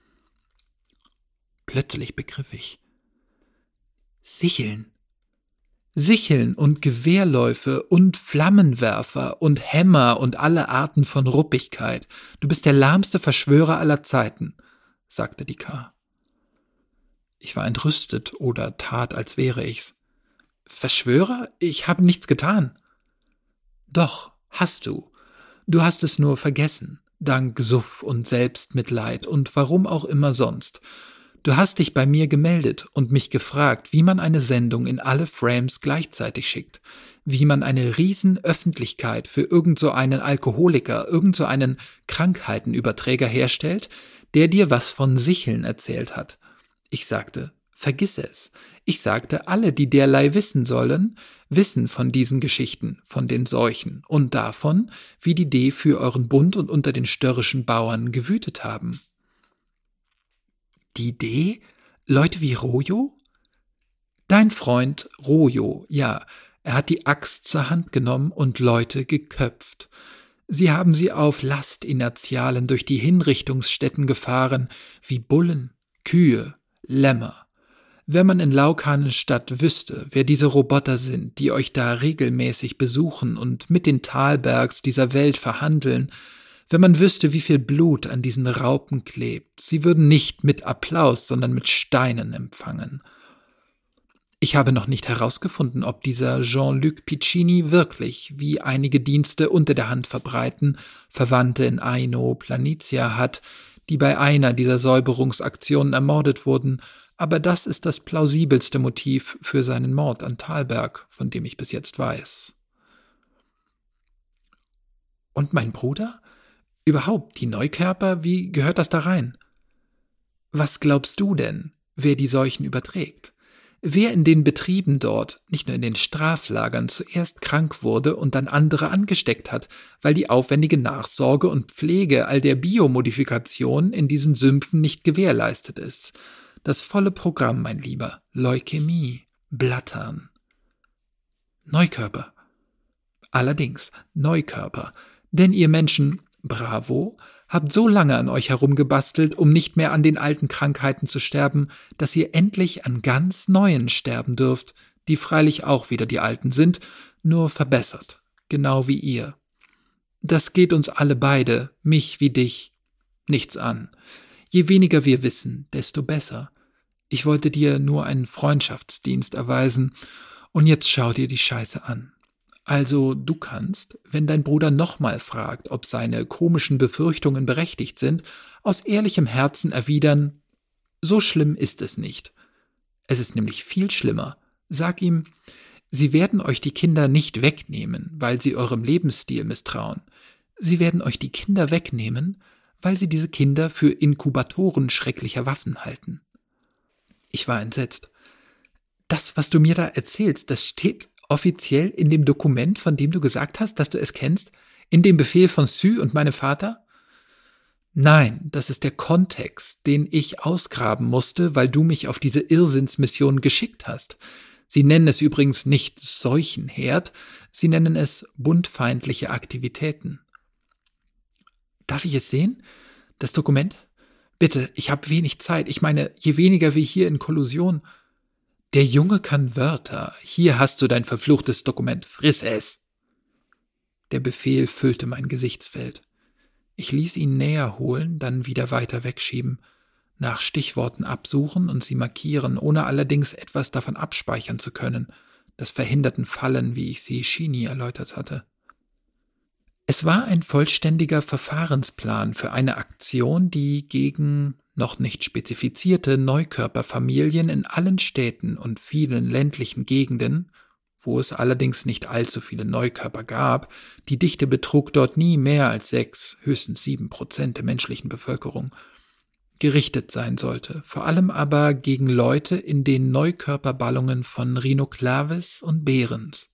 Plötzlich begriff ich. Sicheln und Gewehrläufe und Flammenwerfer und Hämmer und alle Arten von Ruppigkeit. Du bist der lahmste Verschwörer aller Zeiten, sagte die K. Ich war entrüstet oder tat, als wäre ich's. Verschwörer? Ich habe nichts getan. Doch, hast du. Du hast es nur vergessen, dank Suff und Selbstmitleid und warum auch immer sonst. Du hast dich bei mir gemeldet und mich gefragt, wie man eine Sendung in alle Frames gleichzeitig schickt, wie man eine Riesenöffentlichkeit für irgend so einen Alkoholiker, irgend so einen Krankheitenüberträger herstellt, der dir was von Sicheln erzählt hat. Ich sagte, vergiss es. Ich sagte, alle, die derlei wissen sollen, wissen von diesen Geschichten, von den Seuchen und davon, wie die D für euren Bund und unter den störrischen Bauern gewütet haben. Die D? Leute wie Rojo? Dein Freund Rojo, ja, er hat die Axt zur Hand genommen und Leute geköpft. Sie haben sie auf Lastinertialen durch die Hinrichtungsstätten gefahren, wie Bullen, Kühe, Lämmer. Wenn man in Laukhanenstadt wüsste, wer diese Roboter sind, die euch da regelmäßig besuchen und mit den Talbergs dieser Welt verhandeln, wenn man wüsste, wie viel Blut an diesen Raupen klebt, sie würden nicht mit Applaus, sondern mit Steinen empfangen. Ich habe noch nicht herausgefunden, ob dieser Jean-Luc Piccini wirklich, wie einige Dienste unter der Hand verbreiten, Verwandte in Aino, Planitia hat, die bei einer dieser Säuberungsaktionen ermordet wurden, aber das ist das plausibelste Motiv für seinen Mord an Thalberg, von dem ich bis jetzt weiß. Und mein Bruder? Überhaupt, die Neukörper, wie gehört das da rein? Was glaubst du denn, wer die Seuchen überträgt? Wer in den Betrieben dort, nicht nur in den Straflagern, zuerst krank wurde und dann andere angesteckt hat, weil die aufwendige Nachsorge und Pflege all der Biomodifikation in diesen Sümpfen nicht gewährleistet ist? Das volle Programm, mein Lieber. Leukämie, Blattern. Neukörper. Allerdings, Neukörper. Denn ihr Menschen, bravo, habt so lange an euch herumgebastelt, um nicht mehr an den alten Krankheiten zu sterben, dass ihr endlich an ganz neuen sterben dürft, die freilich auch wieder die alten sind, nur verbessert, genau wie ihr. Das geht uns alle beide, mich wie dich, nichts an. Je weniger wir wissen, desto besser. Ich wollte dir nur einen Freundschaftsdienst erweisen, und jetzt schau dir die Scheiße an. Also du kannst, wenn dein Bruder nochmal fragt, ob seine komischen Befürchtungen berechtigt sind, aus ehrlichem Herzen erwidern, so schlimm ist es nicht. Es ist nämlich viel schlimmer. Sag ihm, sie werden euch die Kinder nicht wegnehmen, weil sie eurem Lebensstil misstrauen. Sie werden euch die Kinder wegnehmen, weil sie diese Kinder für Inkubatoren schrecklicher Waffen halten. Ich war entsetzt. Das, was du mir da erzählst, das steht offiziell in dem Dokument, von dem du gesagt hast, dass du es kennst? In dem Befehl von Sü und meinem Vater? Nein, das ist der Kontext, den ich ausgraben musste, weil du mich auf diese Irrsinnsmission geschickt hast. Sie nennen es übrigens nicht Seuchenherd, sie nennen es bundfeindliche Aktivitäten. Darf ich es sehen? Das Dokument? Bitte, ich habe wenig Zeit. Ich meine, je weniger wir hier in Kollusion. Der Junge kann Wörter. Hier hast du dein verfluchtes Dokument. Friss es! Der Befehl füllte mein Gesichtsfeld. Ich ließ ihn näher holen, dann wieder weiter wegschieben, nach Stichworten absuchen und sie markieren, ohne allerdings etwas davon abspeichern zu können. Das verhinderten Fallen, wie ich sie Shini erläutert hatte. Es war ein vollständiger Verfahrensplan für eine Aktion, die gegen noch nicht spezifizierte Neukörperfamilien in allen Städten und vielen ländlichen Gegenden, wo es allerdings nicht allzu viele Neukörper gab, die Dichte betrug dort nie mehr als 6, höchstens 7% der menschlichen Bevölkerung, gerichtet sein sollte, vor allem aber gegen Leute in den Neukörperballungen von Rhinoclaves und Behrens.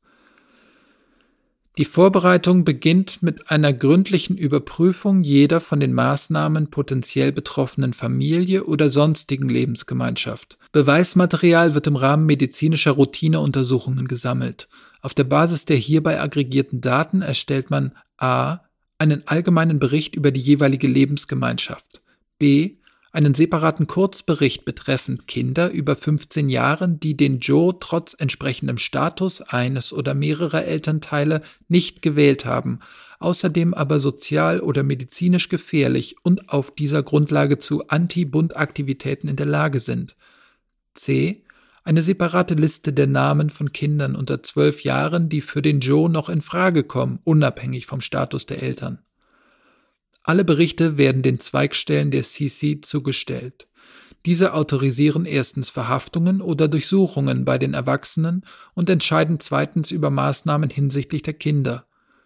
Die Vorbereitung beginnt mit einer gründlichen Überprüfung jeder von den Maßnahmen potenziell betroffenen Familie oder sonstigen Lebensgemeinschaft. Beweismaterial wird im Rahmen medizinischer Routineuntersuchungen gesammelt. Auf der Basis der hierbei aggregierten Daten erstellt man a. einen allgemeinen Bericht über die jeweilige Lebensgemeinschaft, b. einen separaten Kurzbericht betreffend Kinder über 15 Jahren, die den Joe trotz entsprechendem Status eines oder mehrerer Elternteile nicht gewählt haben, außerdem aber sozial oder medizinisch gefährlich und auf dieser Grundlage zu Anti-Bund-Aktivitäten in der Lage sind. C. Eine separate Liste der Namen von Kindern unter 12 Jahren, die für den Joe noch in Frage kommen, unabhängig vom Status der Eltern. Alle Berichte werden den Zweigstellen der CC zugestellt. Diese autorisieren erstens Verhaftungen oder Durchsuchungen bei den Erwachsenen und entscheiden zweitens über Maßnahmen hinsichtlich der Kinder.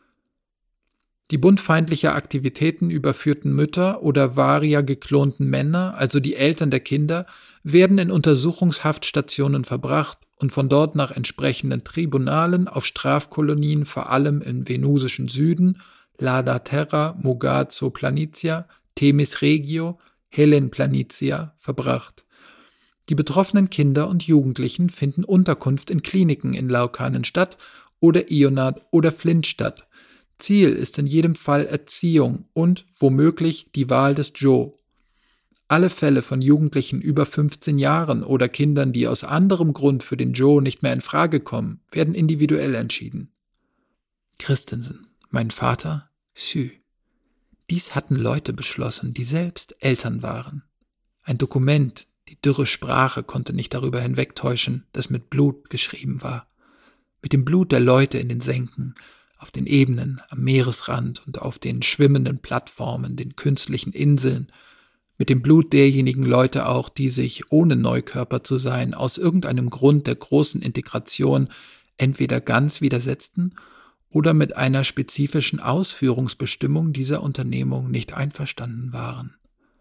Die bundfeindliche Aktivitäten überführten Mütter oder Varia geklonten Männer, also die Eltern der Kinder, werden in Untersuchungshaftstationen verbracht und von dort nach entsprechenden Tribunalen auf Strafkolonien vor allem im venusischen Süden, Lada Terra, Mugazo Planitia, Themis Regio, Helen Planitia, verbracht. Die betroffenen Kinder und Jugendlichen finden Unterkunft in Kliniken in Laukhanenstadt oder Ionat oder Flint statt. Ziel ist in jedem Fall Erziehung und, womöglich, die Wahl des Joe. Alle Fälle von Jugendlichen über 15 Jahren oder Kindern, die aus anderem Grund für den Joe nicht mehr in Frage kommen, werden individuell entschieden. Christensen, mein Vater, Sü. Dies hatten Leute beschlossen, die selbst Eltern waren. Ein Dokument, die dürre Sprache konnte nicht darüber hinwegtäuschen, das mit Blut geschrieben war. Mit dem Blut der Leute in den Senken, auf den Ebenen, am Meeresrand und auf den schwimmenden Plattformen, den künstlichen Inseln, mit dem Blut derjenigen Leute auch, die sich, ohne Neukörper zu sein, aus irgendeinem Grund der großen Integration entweder ganz widersetzten oder mit einer spezifischen Ausführungsbestimmung dieser Unternehmung nicht einverstanden waren.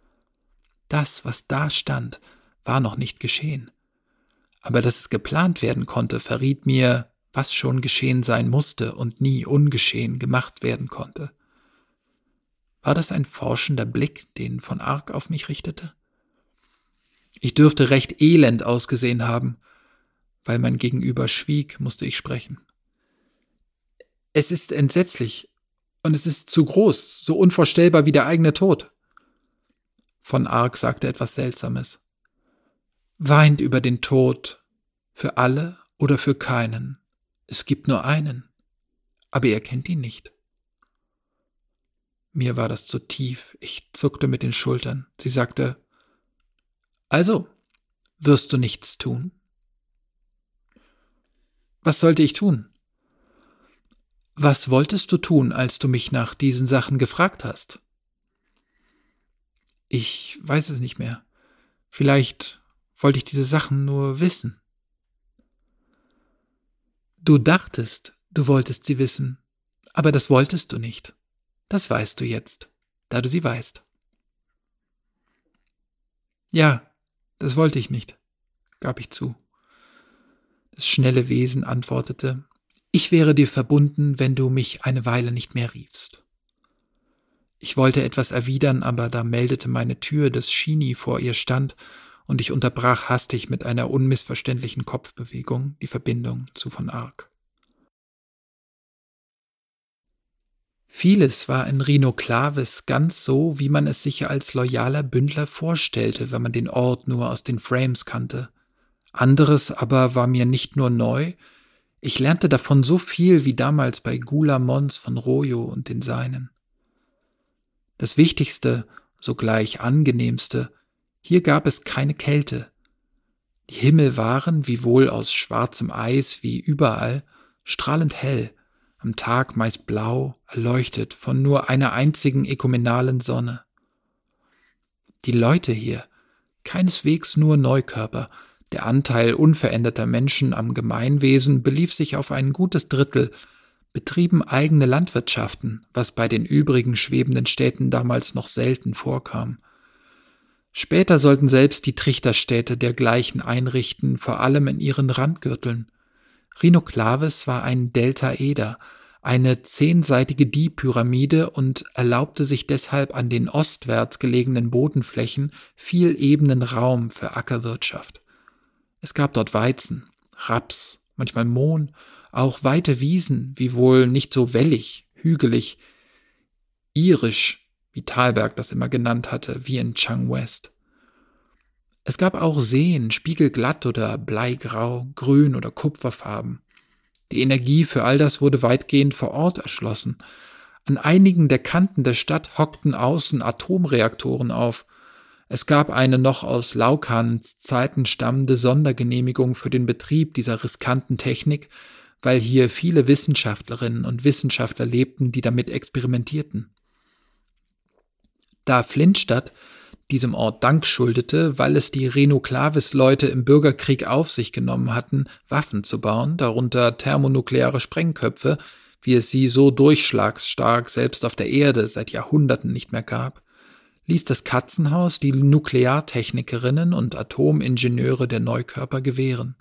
Das, was da stand, war noch nicht geschehen. Aber dass es geplant werden konnte, verriet mir, was schon geschehen sein musste und nie ungeschehen gemacht werden konnte. War das ein forschender Blick, den von Arc auf mich richtete? Ich dürfte recht elend ausgesehen haben. Weil mein Gegenüber schwieg, musste ich sprechen. Es ist entsetzlich und es ist zu groß, so unvorstellbar wie der eigene Tod. Von Arc sagte etwas Seltsames. Weint über den Tod, für alle oder für keinen. Es gibt nur einen, aber ihr kennt ihn nicht. Mir war das zu tief, ich zuckte mit den Schultern. Sie sagte, also, wirst du nichts tun? Was sollte ich tun? Was wolltest du tun, als du mich nach diesen Sachen gefragt hast? Ich weiß es nicht mehr. Vielleicht wollte ich diese Sachen nur wissen. Du dachtest, du wolltest sie wissen, aber das wolltest du nicht. Das weißt du jetzt, da du sie weißt. Ja, das wollte ich nicht, gab ich zu. Das schnelle Wesen antwortete, ich wäre dir verbunden, wenn du mich eine Weile nicht mehr riefst. Ich wollte etwas erwidern, aber da meldete meine Tür, dass Shini vor ihr stand, und ich unterbrach hastig mit einer unmissverständlichen Kopfbewegung die Verbindung zu von Arc. Vieles war in Rhino Clavis ganz so, wie man es sich als loyaler Bündler vorstellte, wenn man den Ort nur aus den Frames kannte. Anderes aber war mir nicht nur neu, ich lernte davon so viel wie damals bei Gula Mons von Royo und den Seinen. Das Wichtigste, sogleich angenehmste, hier gab es keine Kälte. Die Himmel waren, wiewohl aus schwarzem Eis wie überall, strahlend hell, am Tag meist blau, erleuchtet von nur einer einzigen ökumenalen Sonne. Die Leute hier, keineswegs nur Neukörper, der Anteil unveränderter Menschen am Gemeinwesen belief sich auf ein gutes Drittel, betrieben eigene Landwirtschaften, was bei den übrigen schwebenden Städten damals noch selten vorkam. Später sollten selbst die Trichterstädte dergleichen einrichten, vor allem in ihren Randgürteln. Rhino Clavis war ein Deltaeder, eine 10-seitige Dipyramide und erlaubte sich deshalb an den ostwärts gelegenen Bodenflächen viel ebenen Raum für Ackerwirtschaft. Es gab dort Weizen, Raps, manchmal Mohn, auch weite Wiesen, wiewohl nicht so wellig, hügelig, irisch, wie Thalberg das immer genannt hatte, wie in Chang West. Es gab auch Seen, spiegelglatt oder bleigrau, grün oder kupferfarben. Die Energie für all das wurde weitgehend vor Ort erschlossen. An einigen der Kanten der Stadt hockten außen Atomreaktoren auf. Es gab eine noch aus Laukhanens Zeiten stammende Sondergenehmigung für den Betrieb dieser riskanten Technik, weil hier viele Wissenschaftlerinnen und Wissenschaftler lebten, die damit experimentierten. Da Flintstadt, diesem Ort Dank schuldete, weil es die Reno-Clavis-Leute im Bürgerkrieg auf sich genommen hatten, Waffen zu bauen, darunter thermonukleare Sprengköpfe, wie es sie so durchschlagsstark selbst auf der Erde seit Jahrhunderten nicht mehr gab, ließ das Katzenhaus die Nukleartechnikerinnen und Atomingenieure der Neukörper gewähren.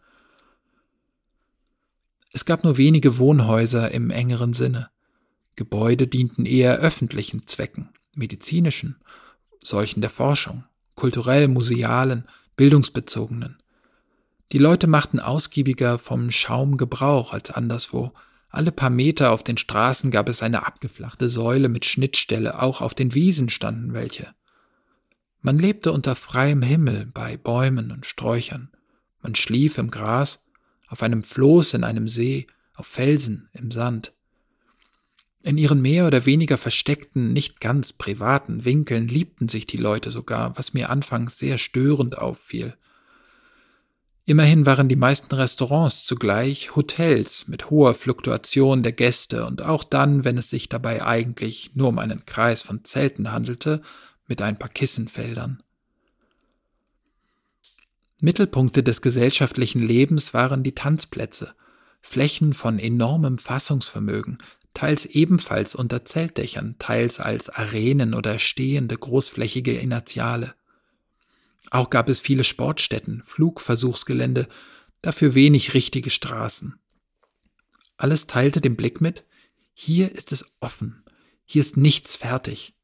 Es gab nur wenige Wohnhäuser im engeren Sinne. Gebäude dienten eher öffentlichen Zwecken, medizinischen, solchen der Forschung, kulturell-musealen, bildungsbezogenen. Die Leute machten ausgiebiger vom Schaum Gebrauch als anderswo. Alle paar Meter auf den Straßen gab es eine abgeflachte Säule mit Schnittstelle, auch auf den Wiesen standen welche. Man lebte unter freiem Himmel bei Bäumen und Sträuchern. Man schlief im Gras, auf einem Floß in einem See, auf Felsen, im Sand. In ihren mehr oder weniger versteckten, nicht ganz privaten Winkeln liebten sich die Leute sogar, was mir anfangs sehr störend auffiel. Immerhin waren die meisten Restaurants zugleich Hotels mit hoher Fluktuation der Gäste und auch dann, wenn es sich dabei eigentlich nur um einen Kreis von Zelten handelte, mit ein paar Kissenfeldern. Mittelpunkte des gesellschaftlichen Lebens waren die Tanzplätze, Flächen von enormem Fassungsvermögen, teils ebenfalls unter Zeltdächern, teils als Arenen oder stehende großflächige Inertiale. Auch gab es viele Sportstätten, Flugversuchsgelände, dafür wenig richtige Straßen. Alles teilte den Blick mit: Hier ist es offen, hier ist nichts fertig.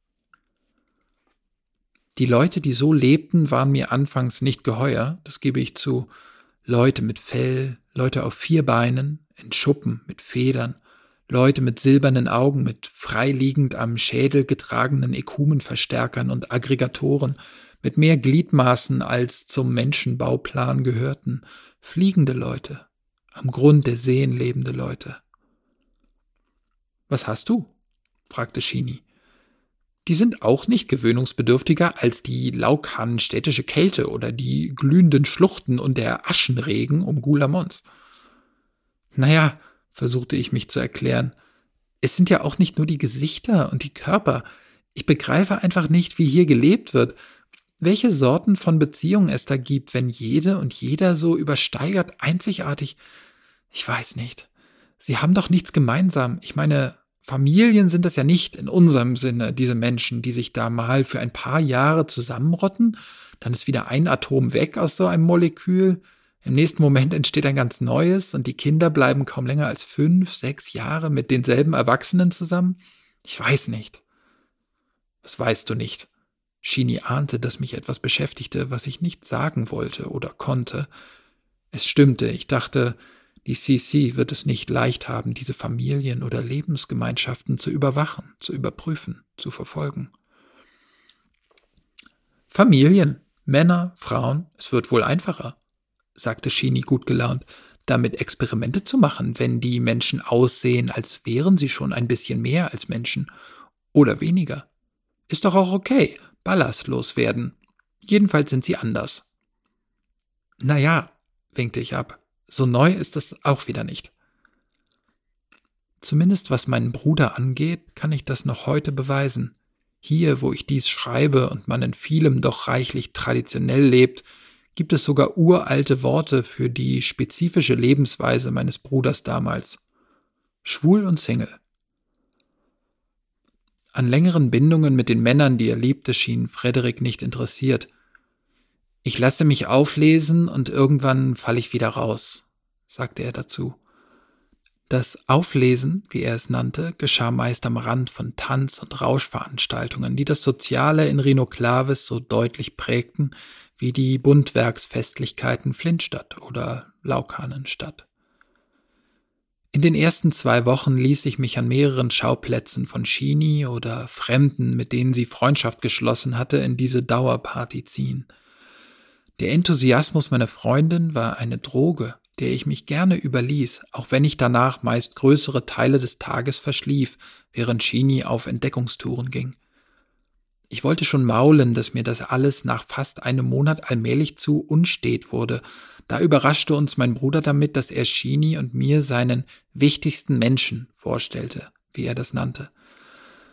Die Leute, die so lebten, waren mir anfangs nicht geheuer, das gebe ich zu. Leute mit Fell, Leute auf 4 Beinen, in Schuppen mit Federn, Leute mit silbernen Augen, mit freiliegend am Schädel getragenen Ekumenverstärkern und Aggregatoren, mit mehr Gliedmaßen als zum Menschenbauplan gehörten, fliegende Leute, am Grund der Seen lebende Leute. »Was hast du?« fragte Shini. »Die sind auch nicht gewöhnungsbedürftiger als die Laukhan-städtische Kälte oder die glühenden Schluchten und der Aschenregen um Gulamons.« »Naja«, versuchte ich mich zu erklären, »es sind ja auch nicht nur die Gesichter und die Körper. Ich begreife einfach nicht, wie hier gelebt wird, welche Sorten von Beziehungen es da gibt, wenn jede und jeder so übersteigert einzigartig. Ich weiß nicht. Sie haben doch nichts gemeinsam. Ich meine, Familien sind das ja nicht in unserem Sinne, diese Menschen, die sich da mal für ein paar Jahre zusammenrotten, dann ist wieder ein Atom weg aus so einem Molekül, im nächsten Moment entsteht ein ganz neues und die Kinder bleiben kaum länger als 5, 6 Jahre mit denselben Erwachsenen zusammen. Ich weiß nicht.« »Was weißt du nicht?« Shini ahnte, dass mich etwas beschäftigte, was ich nicht sagen wollte oder konnte. Es stimmte, ich dachte, die CC wird es nicht leicht haben, diese Familien oder Lebensgemeinschaften zu überwachen, zu überprüfen, zu verfolgen. »Familien, Männer, Frauen, es wird wohl einfacher«, sagte Shini gut gelaunt, »damit Experimente zu machen, wenn die Menschen aussehen, als wären sie schon ein bisschen mehr als Menschen oder weniger. Ist doch auch okay, ballastlos werden. Jedenfalls sind sie anders.« »Naja«, winkte ich ab, »so neu ist es auch wieder nicht.« Zumindest was meinen Bruder angeht, kann ich das noch heute beweisen. Hier, wo ich dies schreibe und man in vielem doch reichlich traditionell lebt, gibt es sogar uralte Worte für die spezifische Lebensweise meines Bruders damals. Schwul und Single. An längeren Bindungen mit den Männern, die er liebte, schien Frederik nicht interessiert. »Ich lasse mich auflesen und irgendwann falle ich wieder raus«, sagte er dazu. Das Auflesen, wie er es nannte, geschah meist am Rand von Tanz- und Rauschveranstaltungen, die das Soziale in Reno-Clavis so deutlich prägten wie die Buntwerksfestlichkeiten Flintstadt oder Laukhanenstadt. In den ersten 2 Wochen ließ ich mich an mehreren Schauplätzen von Shini oder Fremden, mit denen sie Freundschaft geschlossen hatte, in diese Dauerparty ziehen. Der Enthusiasmus meiner Freundin war eine Droge, der ich mich gerne überließ, auch wenn ich danach meist größere Teile des Tages verschlief, während Shini auf Entdeckungstouren ging. Ich wollte schon maulen, dass mir das alles nach fast einem Monat allmählich zu unstet wurde. Da überraschte uns mein Bruder damit, dass er Shini und mir seinen wichtigsten Menschen vorstellte, wie er das nannte.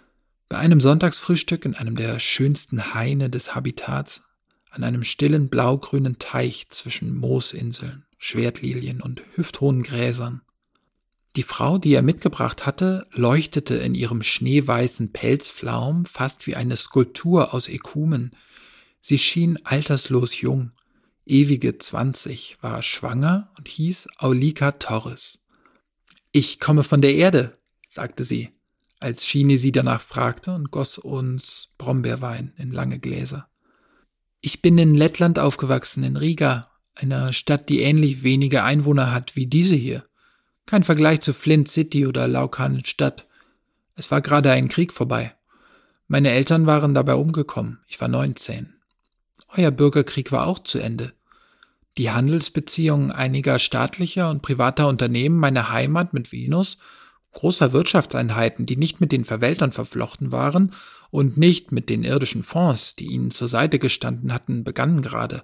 Bei einem Sonntagsfrühstück in einem der schönsten Haine des Habitats, an einem stillen blaugrünen Teich zwischen Moosinseln, Schwertlilien und hüfthohen Gräsern. Die Frau, die er mitgebracht hatte, leuchtete in ihrem schneeweißen Pelzflaum fast wie eine Skulptur aus Ekumen. Sie schien alterslos jung, ewige 20, war schwanger und hieß Aulika Torres. »Ich komme von der Erde«, sagte sie, als Shini sie danach fragte und goss uns Brombeerwein in lange Gläser. »Ich bin in Lettland aufgewachsen, in Riga, einer Stadt, die ähnlich wenige Einwohner hat wie diese hier. Kein Vergleich zu Flint City oder Laukhanenstadt. Es war gerade ein Krieg vorbei. Meine Eltern waren dabei umgekommen. Ich war 19. Euer Bürgerkrieg war auch zu Ende. Die Handelsbeziehungen einiger staatlicher und privater Unternehmen, meine Heimat mit Venus, großer Wirtschaftseinheiten, die nicht mit den Verwaltern verflochten waren und nicht mit den irdischen Fonds, die ihnen zur Seite gestanden hatten, begannen gerade.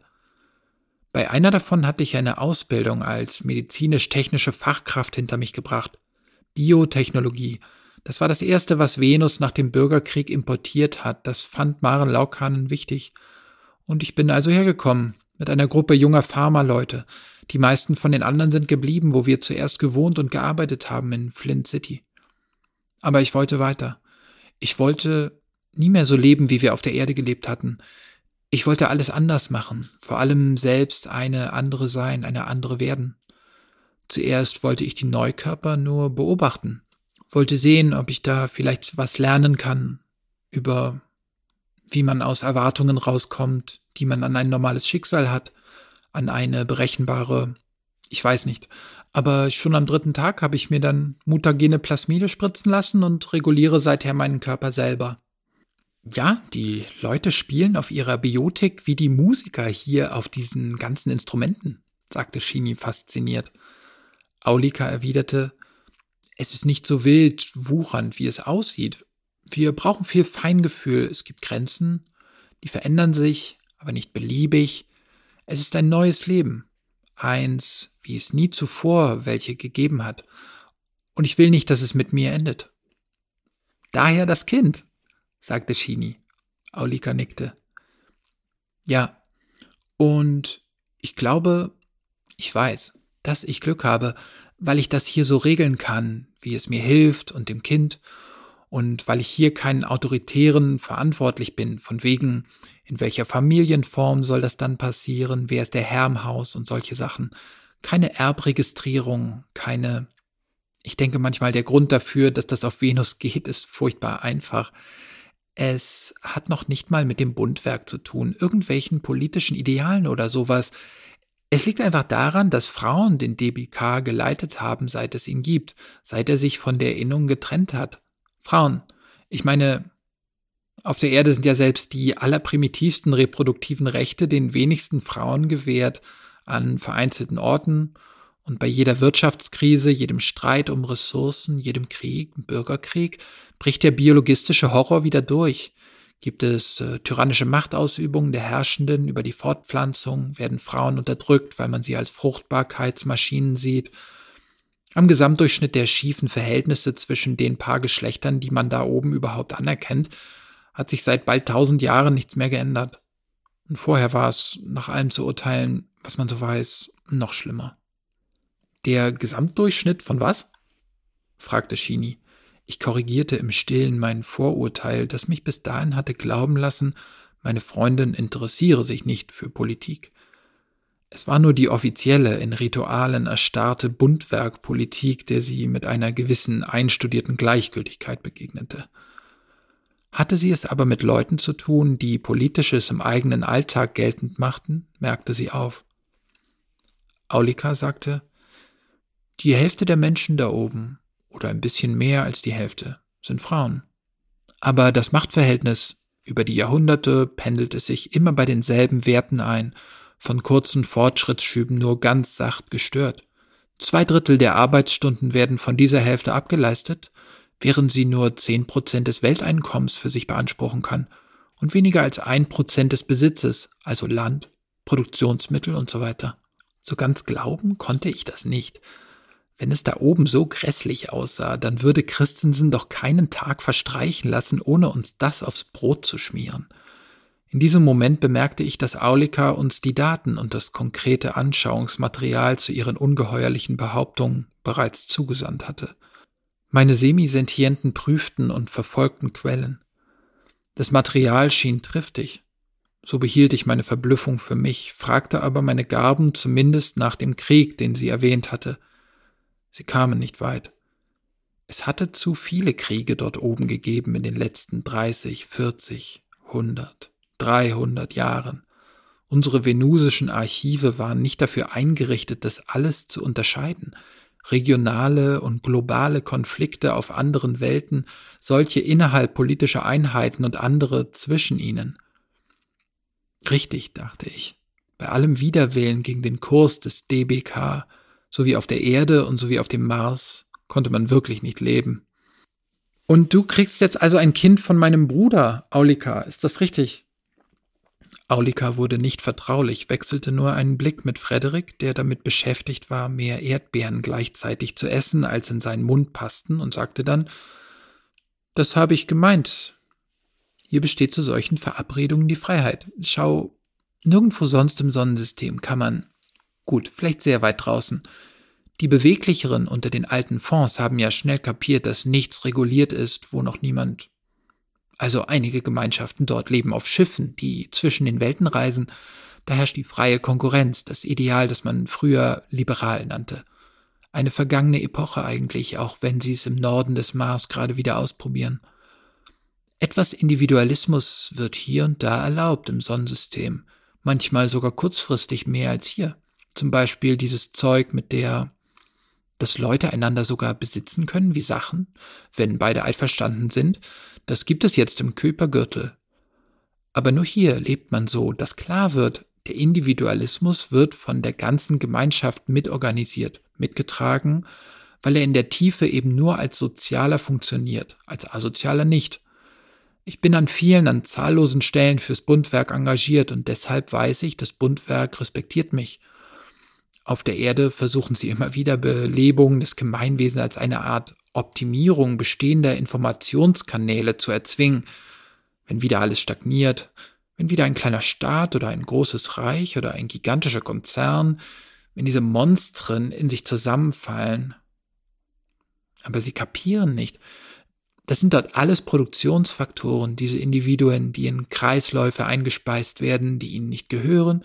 Bei einer davon hatte ich eine Ausbildung als medizinisch-technische Fachkraft hinter mich gebracht. Biotechnologie. Das war das Erste, was Venus nach dem Bürgerkrieg importiert hat. Das fand Maren Laukhanen wichtig. Und ich bin also hergekommen, mit einer Gruppe junger Pharma-Leute. Die meisten von den anderen sind geblieben, wo wir zuerst gewohnt und gearbeitet haben, in Flint City. Aber ich wollte weiter. Ich wollte nie mehr so leben, wie wir auf der Erde gelebt hatten. Ich wollte alles anders machen, vor allem selbst eine andere sein, eine andere werden. Zuerst wollte ich die Neukörper nur beobachten, wollte sehen, ob ich da vielleicht was lernen kann über wie man aus Erwartungen rauskommt, die man an ein normales Schicksal hat, an eine berechenbare, ich weiß nicht. Aber schon am 3. Tag habe ich mir dann mutagene Plasmide spritzen lassen und reguliere seither meinen Körper selber. Ja, die Leute spielen auf ihrer Biotik wie die Musiker hier auf diesen ganzen Instrumenten, sagte Shini fasziniert. Aulika erwiderte, es ist nicht so wild, wuchernd, wie es aussieht. Wir brauchen viel Feingefühl, es gibt Grenzen, die verändern sich, aber nicht beliebig. Es ist ein neues Leben, eins, wie es nie zuvor welche gegeben hat. Und ich will nicht, dass es mit mir endet. Daher das Kind, sagte Shini. Aulika nickte. Ja, und ich glaube, ich weiß, dass ich Glück habe, weil ich das hier so regeln kann, wie es mir hilft und dem Kind, und weil ich hier keinen Autoritären verantwortlich bin, von wegen, in welcher Familienform soll das dann passieren, wer ist der Herr im Haus und solche Sachen. Keine Erbregistrierung, keine... Ich denke manchmal, der Grund dafür, dass das auf Venus geht, ist furchtbar einfach. Es hat noch nicht mal mit dem Bundwerk zu tun, irgendwelchen politischen Idealen oder sowas. Es liegt einfach daran, dass Frauen den DBK geleitet haben, seit es ihn gibt, seit er sich von der Innung getrennt hat. Frauen. Ich meine, auf der Erde sind ja selbst die allerprimitivsten reproduktiven Rechte den wenigsten Frauen gewährt, an vereinzelten Orten und bei jeder Wirtschaftskrise, jedem Streit um Ressourcen, jedem Krieg, Bürgerkrieg, bricht der biologistische Horror wieder durch. Gibt es tyrannische Machtausübungen der Herrschenden über die Fortpflanzung, werden Frauen unterdrückt, weil man sie als Fruchtbarkeitsmaschinen sieht. Am Gesamtdurchschnitt der schiefen Verhältnisse zwischen den paar Geschlechtern, die man da oben überhaupt anerkennt, hat sich seit bald 1000 Jahren nichts mehr geändert. Und vorher war es, nach allem zu urteilen, was man so weiß, noch schlimmer. Der Gesamtdurchschnitt von was? Fragte Shini. Ich korrigierte im Stillen mein Vorurteil, das mich bis dahin hatte glauben lassen, meine Freundin interessiere sich nicht für Politik. Es war nur die offizielle, in Ritualen erstarrte Bundwerkpolitik, der sie mit einer gewissen einstudierten Gleichgültigkeit begegnete. Hatte sie es aber mit Leuten zu tun, die Politisches im eigenen Alltag geltend machten, merkte sie auf. Aulika sagte, die Hälfte der Menschen da oben, oder ein bisschen mehr als die Hälfte, sind Frauen. Aber das Machtverhältnis über die Jahrhunderte pendelt es sich immer bei denselben Werten ein, von kurzen Fortschrittsschüben nur ganz sacht gestört. 2/3 der Arbeitsstunden werden von dieser Hälfte abgeleistet, während sie nur 10% des Welteinkommens für sich beanspruchen kann und weniger als 1% des Besitzes, also Land, Produktionsmittel und so weiter. So ganz glauben konnte ich das nicht. Wenn es da oben so grässlich aussah, dann würde Christensen doch keinen Tag verstreichen lassen, ohne uns das aufs Brot zu schmieren. In diesem Moment bemerkte ich, dass Aulika uns die Daten und das konkrete Anschauungsmaterial zu ihren ungeheuerlichen Behauptungen bereits zugesandt hatte. Meine Semisentienten prüften und verfolgten Quellen. Das Material schien triftig. So behielt ich meine Verblüffung für mich, fragte aber meine Garben zumindest nach dem Krieg, den sie erwähnt hatte. Sie kamen nicht weit. Es hatte zu viele Kriege dort oben gegeben in den letzten 30, 40, 100, 300 Jahren. Unsere venusischen Archive waren nicht dafür eingerichtet, das alles zu unterscheiden. Regionale und globale Konflikte auf anderen Welten, solche innerhalb politischer Einheiten und andere zwischen ihnen. Richtig, dachte ich, bei allem Widerwillen gegen den Kurs des DBK, sowie auf der Erde und sowie auf dem Mars, konnte man wirklich nicht leben. Und du kriegst jetzt also ein Kind von meinem Bruder, Aulika, ist das richtig? Aulika wurde nicht vertraulich, wechselte nur einen Blick mit Frederik, der damit beschäftigt war, mehr Erdbeeren gleichzeitig zu essen, als in seinen Mund passten, und sagte dann: Das habe ich gemeint. Hier besteht zu solchen Verabredungen die Freiheit. Schau, nirgendwo sonst im Sonnensystem kann man, gut, vielleicht sehr weit draußen. Die Beweglicheren unter den alten Fonds haben ja schnell kapiert, dass nichts reguliert ist, wo noch niemand. Also einige Gemeinschaften dort leben auf Schiffen, die zwischen den Welten reisen. Da herrscht die freie Konkurrenz, das Ideal, das man früher liberal nannte. Eine vergangene Epoche eigentlich, auch wenn sie es im Norden des Mars gerade wieder ausprobieren. Etwas Individualismus wird hier und da erlaubt im Sonnensystem, manchmal sogar kurzfristig mehr als hier. Zum Beispiel dieses Zeug dass Leute einander sogar besitzen können wie Sachen, wenn beide einverstanden sind. Das gibt es jetzt im Kuipergürtel. Aber nur hier lebt man so, dass klar wird, der Individualismus wird von der ganzen Gemeinschaft mitorganisiert, mitgetragen, weil er in der Tiefe eben nur als Sozialer funktioniert, als Asozialer nicht. Ich bin an zahllosen Stellen fürs Bundwerk engagiert und deshalb weiß ich, das Bundwerk respektiert mich. Auf der Erde versuchen sie immer wieder Belebung des Gemeinwesens als eine Art Optimierung bestehender Informationskanäle zu erzwingen. Wenn wieder alles stagniert, wenn wieder ein kleiner Staat oder ein großes Reich oder ein gigantischer Konzern, wenn diese Monstren in sich zusammenfallen. Aber sie kapieren nicht. Das sind dort alles Produktionsfaktoren, diese Individuen, die in Kreisläufe eingespeist werden, die ihnen nicht gehören.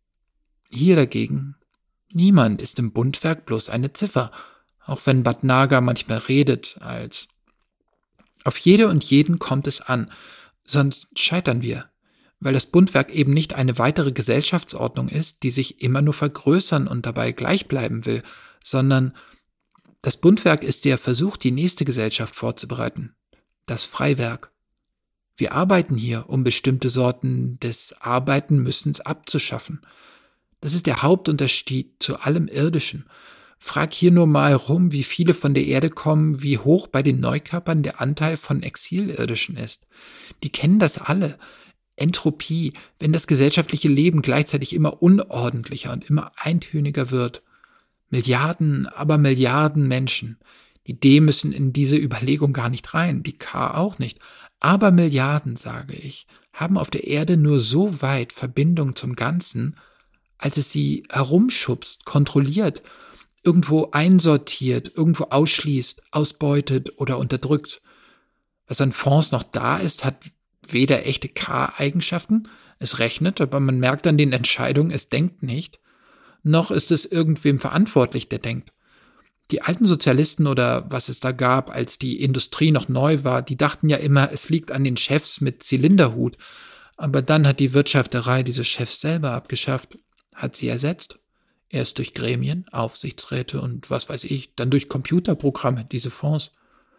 Hier dagegen, niemand ist im Bundwerk bloß eine Ziffer, auch wenn Bad Naga manchmal redet als auf jede und jeden kommt es an, sonst scheitern wir, weil das Bundwerk eben nicht eine weitere Gesellschaftsordnung ist, die sich immer nur vergrößern und dabei gleich bleiben will, sondern das Bundwerk ist der Versuch, die nächste Gesellschaft vorzubereiten, das Freiwerk. Wir arbeiten hier, um bestimmte Sorten des Arbeitenmüssens abzuschaffen. Das ist der Hauptunterschied zu allem Irdischen. Frag hier nur mal rum, wie viele von der Erde kommen, wie hoch bei den Neukörpern der Anteil von Exilirdischen ist. Die kennen das alle. Entropie, wenn das gesellschaftliche Leben gleichzeitig immer unordentlicher und immer eintöniger wird. Milliarden, aber Milliarden Menschen. Die D müssen in diese Überlegung gar nicht rein, die K auch nicht. Aber Milliarden, sage ich, haben auf der Erde nur so weit Verbindung zum Ganzen, als es sie herumschubst, kontrolliert, irgendwo einsortiert, irgendwo ausschließt, ausbeutet oder unterdrückt. Was an Fonds noch da ist, hat weder echte K-Eigenschaften, es rechnet, aber man merkt an den Entscheidungen, es denkt nicht, noch ist es irgendwem verantwortlich, der denkt. Die alten Sozialisten oder was es da gab, als die Industrie noch neu war, die dachten ja immer, es liegt an den Chefs mit Zylinderhut. Aber dann hat die Wirtschafterei diese Chefs selber abgeschafft, hat sie ersetzt. Erst durch Gremien, Aufsichtsräte und was weiß ich, dann durch Computerprogramme, diese Fonds.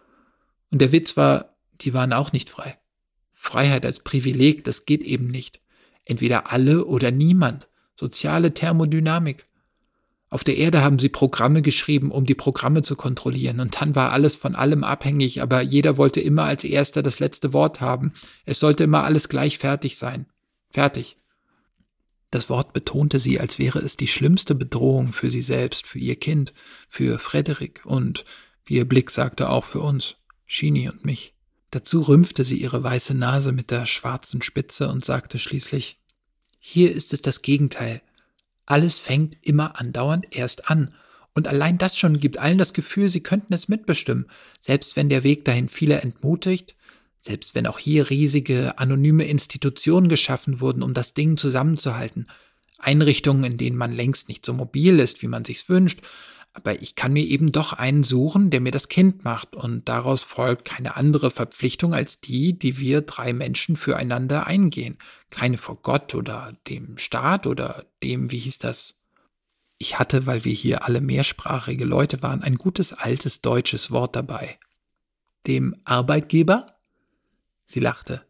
Und der Witz war, die waren auch nicht frei. Freiheit als Privileg, das geht eben nicht. Entweder alle oder niemand. Soziale Thermodynamik. Auf der Erde haben sie Programme geschrieben, um die Programme zu kontrollieren. Und dann war alles von allem abhängig, aber jeder wollte immer als Erster das letzte Wort haben. Es sollte immer alles gleich fertig sein. Fertig. Das Wort betonte sie, als wäre es die schlimmste Bedrohung für sie selbst, für ihr Kind, für Frederik und, wie ihr Blick sagte, auch für uns, Shinny und mich. Dazu rümpfte sie ihre weiße Nase mit der schwarzen Spitze und sagte schließlich: Hier ist es das Gegenteil. Alles fängt immer andauernd erst an. Und allein das schon gibt allen das Gefühl, sie könnten es mitbestimmen, selbst wenn der Weg dahin viele entmutigt, selbst wenn auch hier riesige, anonyme Institutionen geschaffen wurden, um das Ding zusammenzuhalten. Einrichtungen, in denen man längst nicht so mobil ist, wie man sich's wünscht, aber ich kann mir eben doch einen suchen, der mir das Kind macht, und daraus folgt keine andere Verpflichtung als die, die wir 3 Menschen füreinander eingehen. Keine vor Gott oder dem Staat oder dem, wie hieß das? Ich hatte, weil wir hier alle mehrsprachige Leute waren, ein gutes altes deutsches Wort dabei. Dem Arbeitgeber? Sie lachte.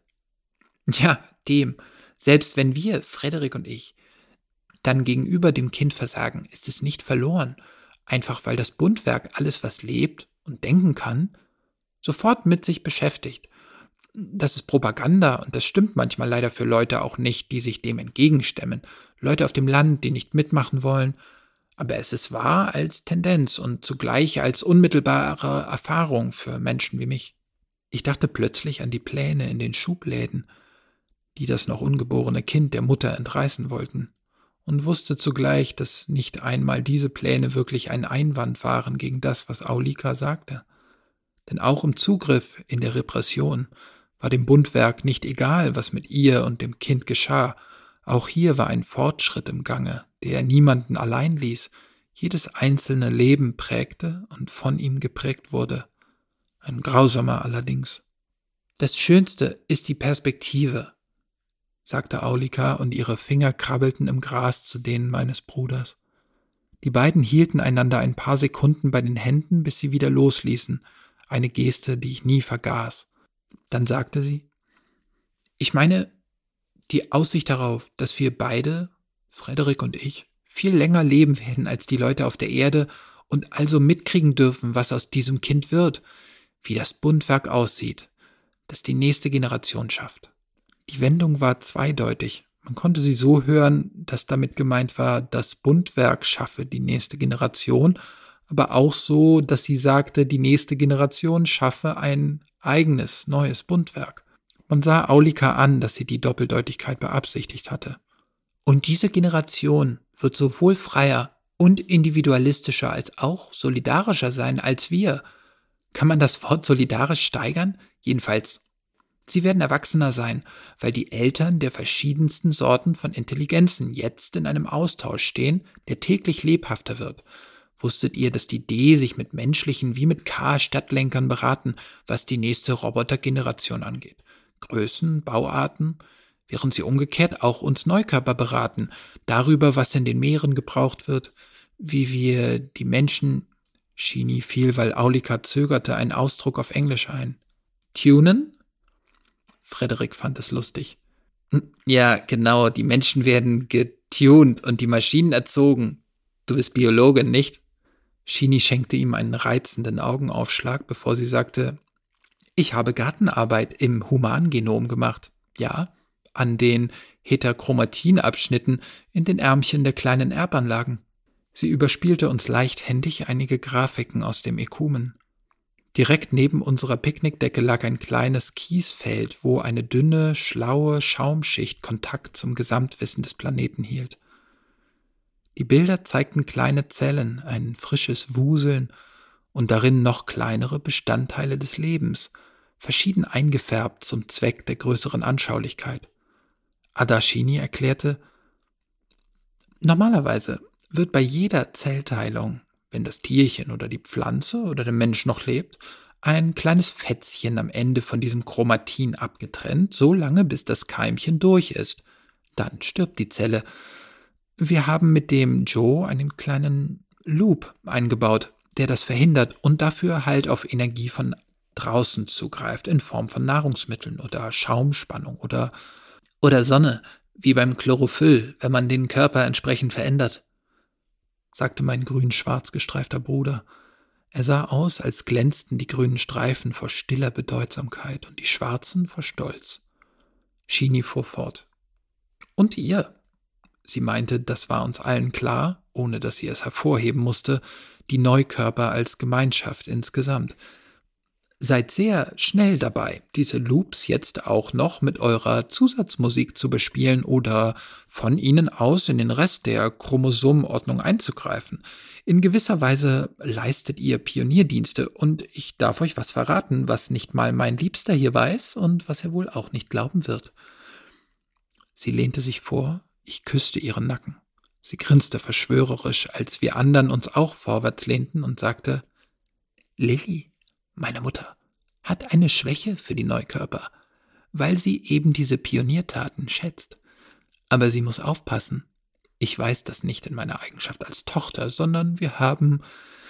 Ja, dem. Selbst wenn wir, Frederik und ich, dann gegenüber dem Kind versagen, ist es nicht verloren. Einfach weil das Bundwerk alles, was lebt und denken kann, sofort mit sich beschäftigt. Das ist Propaganda und das stimmt manchmal leider für Leute auch nicht, die sich dem entgegenstemmen. Leute auf dem Land, die nicht mitmachen wollen. Aber es ist wahr als Tendenz und zugleich als unmittelbare Erfahrung für Menschen wie mich. Ich dachte plötzlich an die Pläne in den Schubläden, die das noch ungeborene Kind der Mutter entreißen wollten, und wusste zugleich, dass nicht einmal diese Pläne wirklich ein Einwand waren gegen das, was Aulika sagte. Denn auch im Zugriff in der Repression war dem Bundwerk nicht egal, was mit ihr und dem Kind geschah. Auch hier war ein Fortschritt im Gange, der niemanden allein ließ, jedes einzelne Leben prägte und von ihm geprägt wurde. Ein grausamer allerdings. Das Schönste ist die Perspektive, sagte Aulika, und ihre Finger krabbelten im Gras zu denen meines Bruders. Die beiden hielten einander ein paar Sekunden bei den Händen, bis sie wieder losließen, eine Geste, die ich nie vergaß. Dann sagte sie: Ich meine, die Aussicht darauf, dass wir beide, Frederik und ich, viel länger leben werden als die Leute auf der Erde und also mitkriegen dürfen, was aus diesem Kind wird, wie das Bundwerk aussieht, das die nächste Generation schafft. Die Wendung war zweideutig. Man konnte sie so hören, dass damit gemeint war, das Bundwerk schaffe die nächste Generation, aber auch so, dass sie sagte, die nächste Generation schaffe ein eigenes, neues Bundwerk. Man sah Aulika an, dass sie die Doppeldeutigkeit beabsichtigt hatte. Und diese Generation wird sowohl freier und individualistischer als auch solidarischer sein als wir. Kann man das Wort solidarisch steigern? Jedenfalls, sie werden erwachsener sein, weil die Eltern der verschiedensten Sorten von Intelligenzen jetzt in einem Austausch stehen, der täglich lebhafter wird. Wusstet ihr, dass die D sich mit menschlichen wie mit K-Stadtlenkern beraten, was die nächste Robotergeneration angeht? Größen, Bauarten, während sie umgekehrt auch uns Neukörper beraten, darüber, was in den Meeren gebraucht wird, wie wir die Menschen, Shinny fiel, weil Aulika zögerte, einen Ausdruck auf Englisch ein. Tunen? Frederik fand es lustig. Ja, genau, die Menschen werden getuned und die Maschinen erzogen. Du bist Biologe, nicht? Shinny schenkte ihm einen reizenden Augenaufschlag, bevor sie sagte: Ich habe Gartenarbeit im Humangenom gemacht. Ja, an den Heterochromatinabschnitten in den Ärmchen der kleinen Erbanlagen. Sie überspielte uns leichthändig einige Grafiken aus dem Ekumen. Direkt neben unserer Picknickdecke lag ein kleines Kiesfeld, wo eine dünne, schlaue Schaumschicht Kontakt zum Gesamtwissen des Planeten hielt. Die Bilder zeigten kleine Zellen, ein frisches Wuseln und darin noch kleinere Bestandteile des Lebens, verschieden eingefärbt zum Zweck der größeren Anschaulichkeit. Adashini erklärte: Normalerweise wird bei jeder Zellteilung, wenn das Tierchen oder die Pflanze oder der Mensch noch lebt, ein kleines Fätzchen am Ende von diesem Chromatin abgetrennt, so lange bis das Keimchen durch ist. Dann stirbt die Zelle. Wir haben mit dem Joe einen kleinen Loop eingebaut, der das verhindert und dafür halt auf Energie von draußen zugreift, in Form von Nahrungsmitteln oder Schaumspannung oder Sonne, wie beim Chlorophyll, wenn man den Körper entsprechend verändert, sagte mein grün-schwarz gestreifter Bruder. Er sah aus, als glänzten die grünen Streifen vor stiller Bedeutsamkeit und die schwarzen vor Stolz. Shinny fuhr fort. Und ihr? Sie meinte, das war uns allen klar, ohne dass sie es hervorheben musste, die Neukörper als Gemeinschaft insgesamt. Seid sehr schnell dabei, diese Loops jetzt auch noch mit eurer Zusatzmusik zu bespielen oder von ihnen aus in den Rest der Chromosomenordnung einzugreifen. In gewisser Weise leistet ihr Pionierdienste und ich darf euch was verraten, was nicht mal mein Liebster hier weiß und was er wohl auch nicht glauben wird. Sie lehnte sich vor, ich küsste ihren Nacken. Sie grinste verschwörerisch, als wir anderen uns auch vorwärts lehnten und sagte, Lilly, meine Mutter, hat eine Schwäche für die Neukörper, weil sie eben diese Pioniertaten schätzt. Aber sie muss aufpassen. Ich weiß das nicht in meiner Eigenschaft als Tochter, sondern wir haben...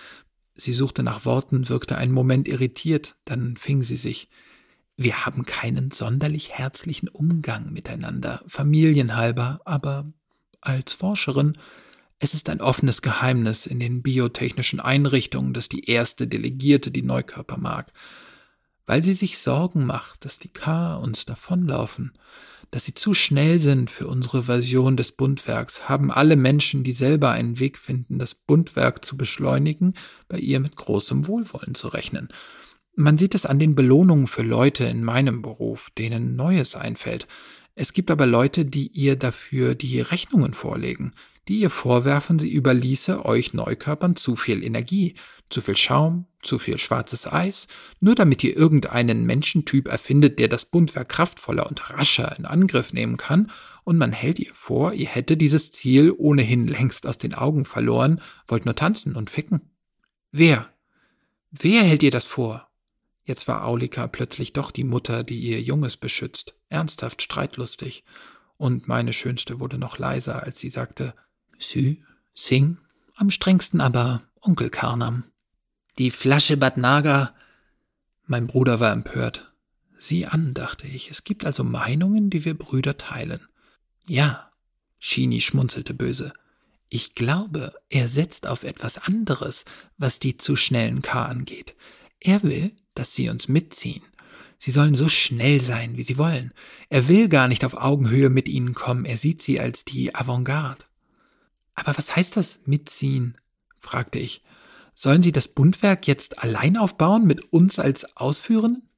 Sie suchte nach Worten, wirkte einen Moment irritiert, dann fing sie sich. Wir haben keinen sonderlich herzlichen Umgang miteinander, familienhalber, aber als Forscherin, es ist ein offenes Geheimnis in den biotechnischen Einrichtungen, dass die erste Delegierte die Neukörper mag. Weil sie sich Sorgen macht, dass die K uns davonlaufen, dass sie zu schnell sind für unsere Version des Bundwerks, haben alle Menschen, die selber einen Weg finden, das Bundwerk zu beschleunigen, bei ihr mit großem Wohlwollen zu rechnen. Man sieht es an den Belohnungen für Leute in meinem Beruf, denen Neues einfällt. Es gibt aber Leute, die ihr dafür die Rechnungen vorlegen, die ihr vorwerfen, sie überließe euch Neukörpern zu viel Energie, zu viel Schaum, zu viel schwarzes Eis, nur damit ihr irgendeinen Menschentyp erfindet, der das Bundwerk kraftvoller und rascher in Angriff nehmen kann, und man hält ihr vor, ihr hätte dieses Ziel ohnehin längst aus den Augen verloren, wollt nur tanzen und ficken. Wer? Wer hält ihr das vor? Jetzt war Aulika plötzlich doch die Mutter, die ihr Junges beschützt, ernsthaft streitlustig, und meine Schönste wurde noch leiser, als sie sagte, Sü, Sing, am strengsten aber Onkel Karnam. Die Flasche Bad Naga. Mein Bruder war empört. Sieh an, dachte ich, es gibt also Meinungen, die wir Brüder teilen. Ja, Shini schmunzelte böse. Ich glaube, er setzt auf etwas anderes, was die zu schnellen K angeht. Er will, dass sie uns mitziehen. Sie sollen so schnell sein, wie sie wollen. Er will gar nicht auf Augenhöhe mit ihnen kommen, er sieht sie als die Avantgarde. Aber was heißt das, mitziehen? Fragte ich. Sollen sie das Bundwerk jetzt allein aufbauen, mit uns als Ausführenden?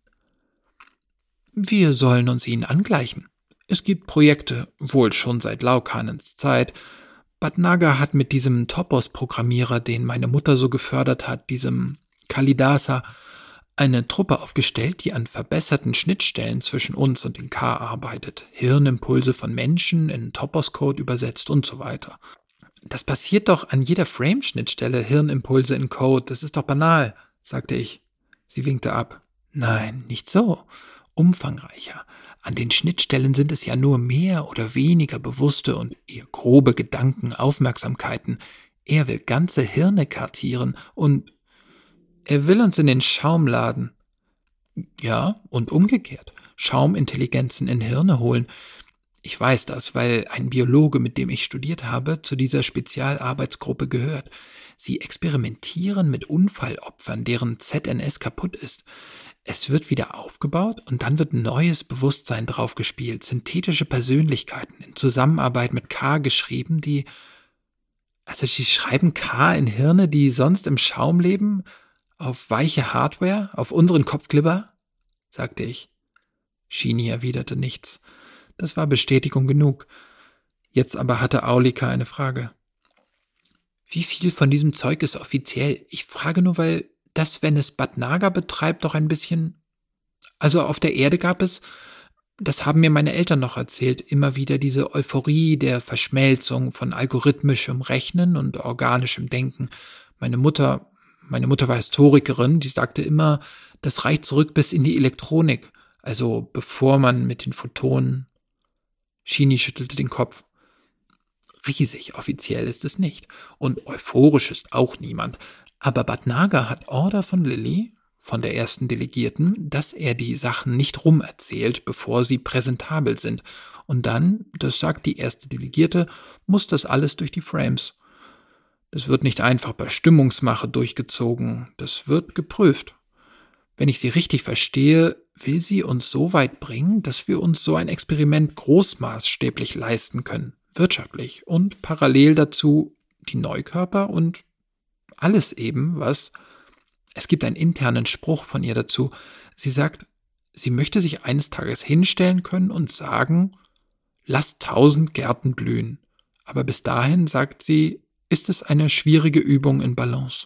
Wir sollen uns ihnen angleichen. Es gibt Projekte, wohl schon seit Laukanens Zeit. Bad Naga hat mit diesem Topos-Programmierer, den meine Mutter so gefördert hat, diesem Kalidasa, eine Truppe aufgestellt, die an verbesserten Schnittstellen zwischen uns und den K arbeitet, Hirnimpulse von Menschen in Topos-Code übersetzt und so weiter. Das passiert doch an jeder Frame-Schnittstelle, Hirnimpulse in Code, das ist doch banal, sagte ich. Sie winkte ab. Nein, nicht so. Umfangreicher. An den Schnittstellen sind es ja nur mehr oder weniger bewusste und eher grobe Gedanken, Aufmerksamkeiten. Er will ganze Hirne kartieren und er will uns in den Schaum laden. Ja, und umgekehrt. Schaumintelligenzen in Hirne holen. Ich weiß das, weil ein Biologe, mit dem ich studiert habe, zu dieser Spezialarbeitsgruppe gehört. Sie experimentieren mit Unfallopfern, deren ZNS kaputt ist. Es wird wieder aufgebaut und dann wird neues Bewusstsein draufgespielt, synthetische Persönlichkeiten in Zusammenarbeit mit K geschrieben, sie schreiben K in Hirne, die sonst im Schaum leben, auf weiche Hardware, auf unseren Kopfklipper? Sagte ich. Shini erwiderte nichts. Das war Bestätigung genug. Jetzt aber hatte Aulika eine Frage. Wie viel von diesem Zeug ist offiziell? Ich frage nur, weil das, wenn es Bad Naga betreibt, doch ein bisschen... Also auf der Erde gab es, das haben mir meine Eltern noch erzählt, immer wieder diese Euphorie der Verschmelzung von algorithmischem Rechnen und organischem Denken. Meine Mutter war Historikerin, die sagte immer, das reicht zurück bis in die Elektronik, also bevor man mit den Photonen... Shini schüttelte den Kopf. Riesig offiziell ist es nicht. Und euphorisch ist auch niemand. Aber Bad Naga hat Order von Lilly, von der ersten Delegierten, dass er die Sachen nicht rumerzählt, bevor sie präsentabel sind. Und dann, das sagt die erste Delegierte, muss das alles durch die Frames. Das wird nicht einfach bei Stimmungsmache durchgezogen, das wird geprüft. Wenn ich sie richtig verstehe, will sie uns so weit bringen, dass wir uns so ein Experiment großmaßstäblich leisten können. wirtschaftlich und parallel dazu die Neukörper und alles eben, es gibt einen internen Spruch von ihr dazu. Sie sagt, sie möchte sich eines Tages hinstellen können und sagen, lass 1000 Gärten blühen. Aber bis dahin, sagt sie, ist es eine schwierige Übung in Balance.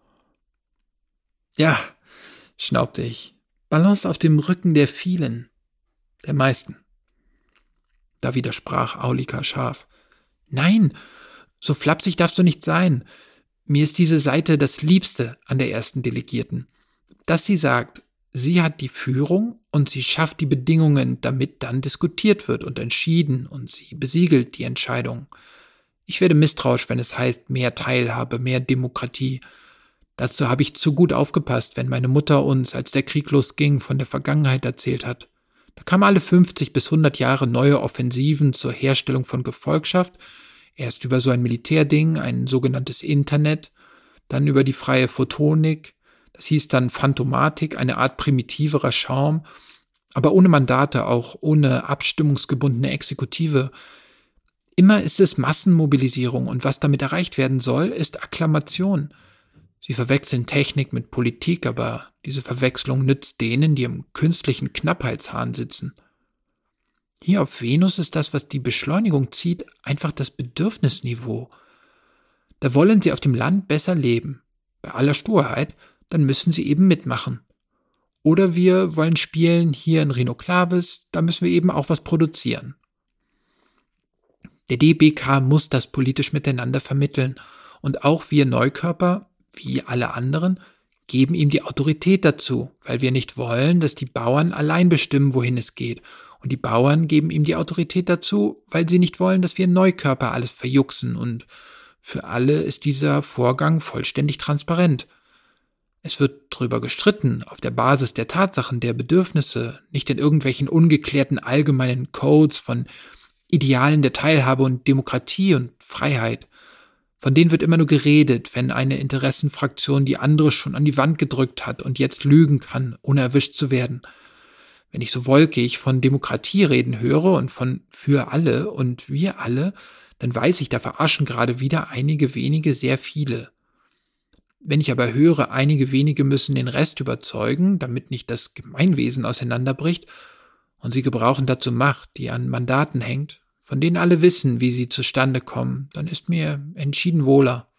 Ja, schnaubte ich, Balance auf dem Rücken der vielen, der meisten. Da widersprach Aulika scharf. Nein, so flapsig darfst du nicht sein. Mir ist diese Seite das Liebste an der ersten Delegierten. Dass sie sagt, sie hat die Führung und sie schafft die Bedingungen, damit dann diskutiert wird und entschieden und sie besiegelt die Entscheidung. Ich werde misstrauisch, wenn es heißt, mehr Teilhabe, mehr Demokratie. Dazu habe ich zu gut aufgepasst, wenn meine Mutter uns, als der Krieg losging, von der Vergangenheit erzählt hat. Da kamen alle 50 bis 100 Jahre neue Offensiven zur Herstellung von Gefolgschaft, erst über so ein Militärding, ein sogenanntes Internet, dann über die freie Photonik, das hieß dann Phantomatik, eine Art primitiverer Schaum, aber ohne Mandate, auch ohne abstimmungsgebundene Exekutive. Immer ist es Massenmobilisierung und was damit erreicht werden soll, ist Akklamation. Sie verwechseln Technik mit Politik, aber diese Verwechslung nützt denen, die im künstlichen Knappheitshahn sitzen. Hier auf Venus ist das, was die Beschleunigung zieht, einfach das Bedürfnisniveau. Da wollen sie auf dem Land besser leben. Bei aller Sturheit, dann müssen sie eben mitmachen. Oder wir wollen spielen hier in Rhinoclavis, da müssen wir eben auch was produzieren. Der DBK muss das politisch miteinander vermitteln und auch wir Neukörper, wie alle anderen, geben ihm die Autorität dazu, weil wir nicht wollen, dass die Bauern allein bestimmen, wohin es geht. Und die Bauern geben ihm die Autorität dazu, weil sie nicht wollen, dass wir Neukörper alles verjuxen. Und für alle ist dieser Vorgang vollständig transparent. Es wird drüber gestritten, auf der Basis der Tatsachen, der Bedürfnisse, nicht in irgendwelchen ungeklärten allgemeinen Codes von Idealen der Teilhabe und Demokratie und Freiheit. Von denen wird immer nur geredet, wenn eine Interessenfraktion die andere schon an die Wand gedrückt hat und jetzt lügen kann, ohne erwischt zu werden. Wenn ich so wolkig von Demokratie reden höre und von für alle und wir alle, dann weiß ich, da verarschen gerade wieder einige wenige sehr viele. Wenn ich aber höre, einige wenige müssen den Rest überzeugen, damit nicht das Gemeinwesen auseinanderbricht, und sie gebrauchen dazu Macht, die an Mandaten hängt, von denen alle wissen, wie sie zustande kommen, dann ist mir entschieden wohler.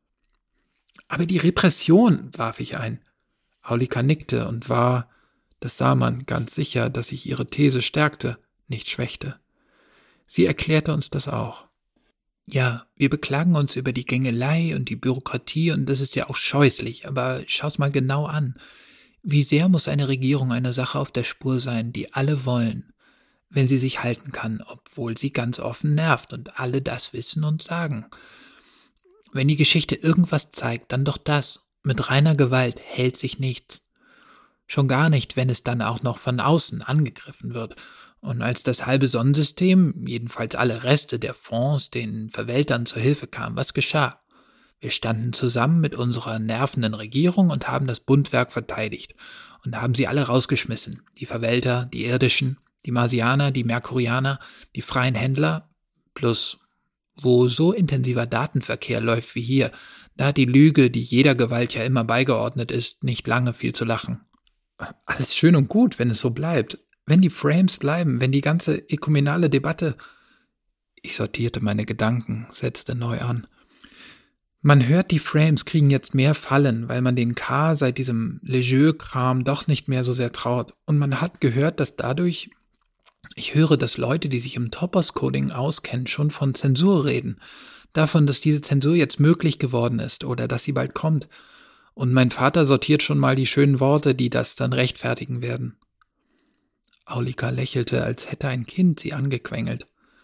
Aber die Repression, warf ich ein. Aulika nickte und war, das sah man ganz sicher, dass sich ihre These stärkte, nicht schwächte. Sie erklärte uns das auch. Ja, wir beklagen uns über die Gängelei und die Bürokratie und das ist ja auch scheußlich, aber schau's mal genau an. Wie sehr muss eine Regierung einer Sache auf der Spur sein, die alle wollen, wenn sie sich halten kann, obwohl sie ganz offen nervt und alle das wissen und sagen. Wenn die Geschichte irgendwas zeigt, dann doch das. Mit reiner Gewalt hält sich nichts. Schon gar nicht, wenn es dann auch noch von außen angegriffen wird. Und als das halbe Sonnensystem, jedenfalls alle Reste der Fonds, den Verwaltern zur Hilfe kam, was geschah? Wir standen zusammen mit unserer nervenden Regierung und haben das Bundwerk verteidigt und haben sie alle rausgeschmissen. Die Verwalter, die Irdischen, die Marsianer, die Merkurianer, die freien Händler, plus wo so intensiver Datenverkehr läuft wie hier, da hat die Lüge, die jeder Gewalt ja immer beigeordnet ist, nicht lange viel zu lachen. Alles schön und gut, wenn es so bleibt. Wenn die Frames bleiben, wenn die ganze ökumenale Debatte... Ich sortierte meine Gedanken, setzte neu an. Man hört, die Frames kriegen jetzt mehr Fallen, weil man den K seit diesem Lejeune-Kram doch nicht mehr so sehr traut. Und man hat gehört, dass dadurch... Ich höre, dass Leute, die sich im Topos-Coding auskennen, schon von Zensur reden. Davon, dass diese Zensur jetzt möglich geworden ist oder dass sie bald kommt. Und mein Vater sortiert schon mal die schönen Worte, die das dann rechtfertigen werden. Aulika lächelte, als hätte ein Kind sie angequengelt.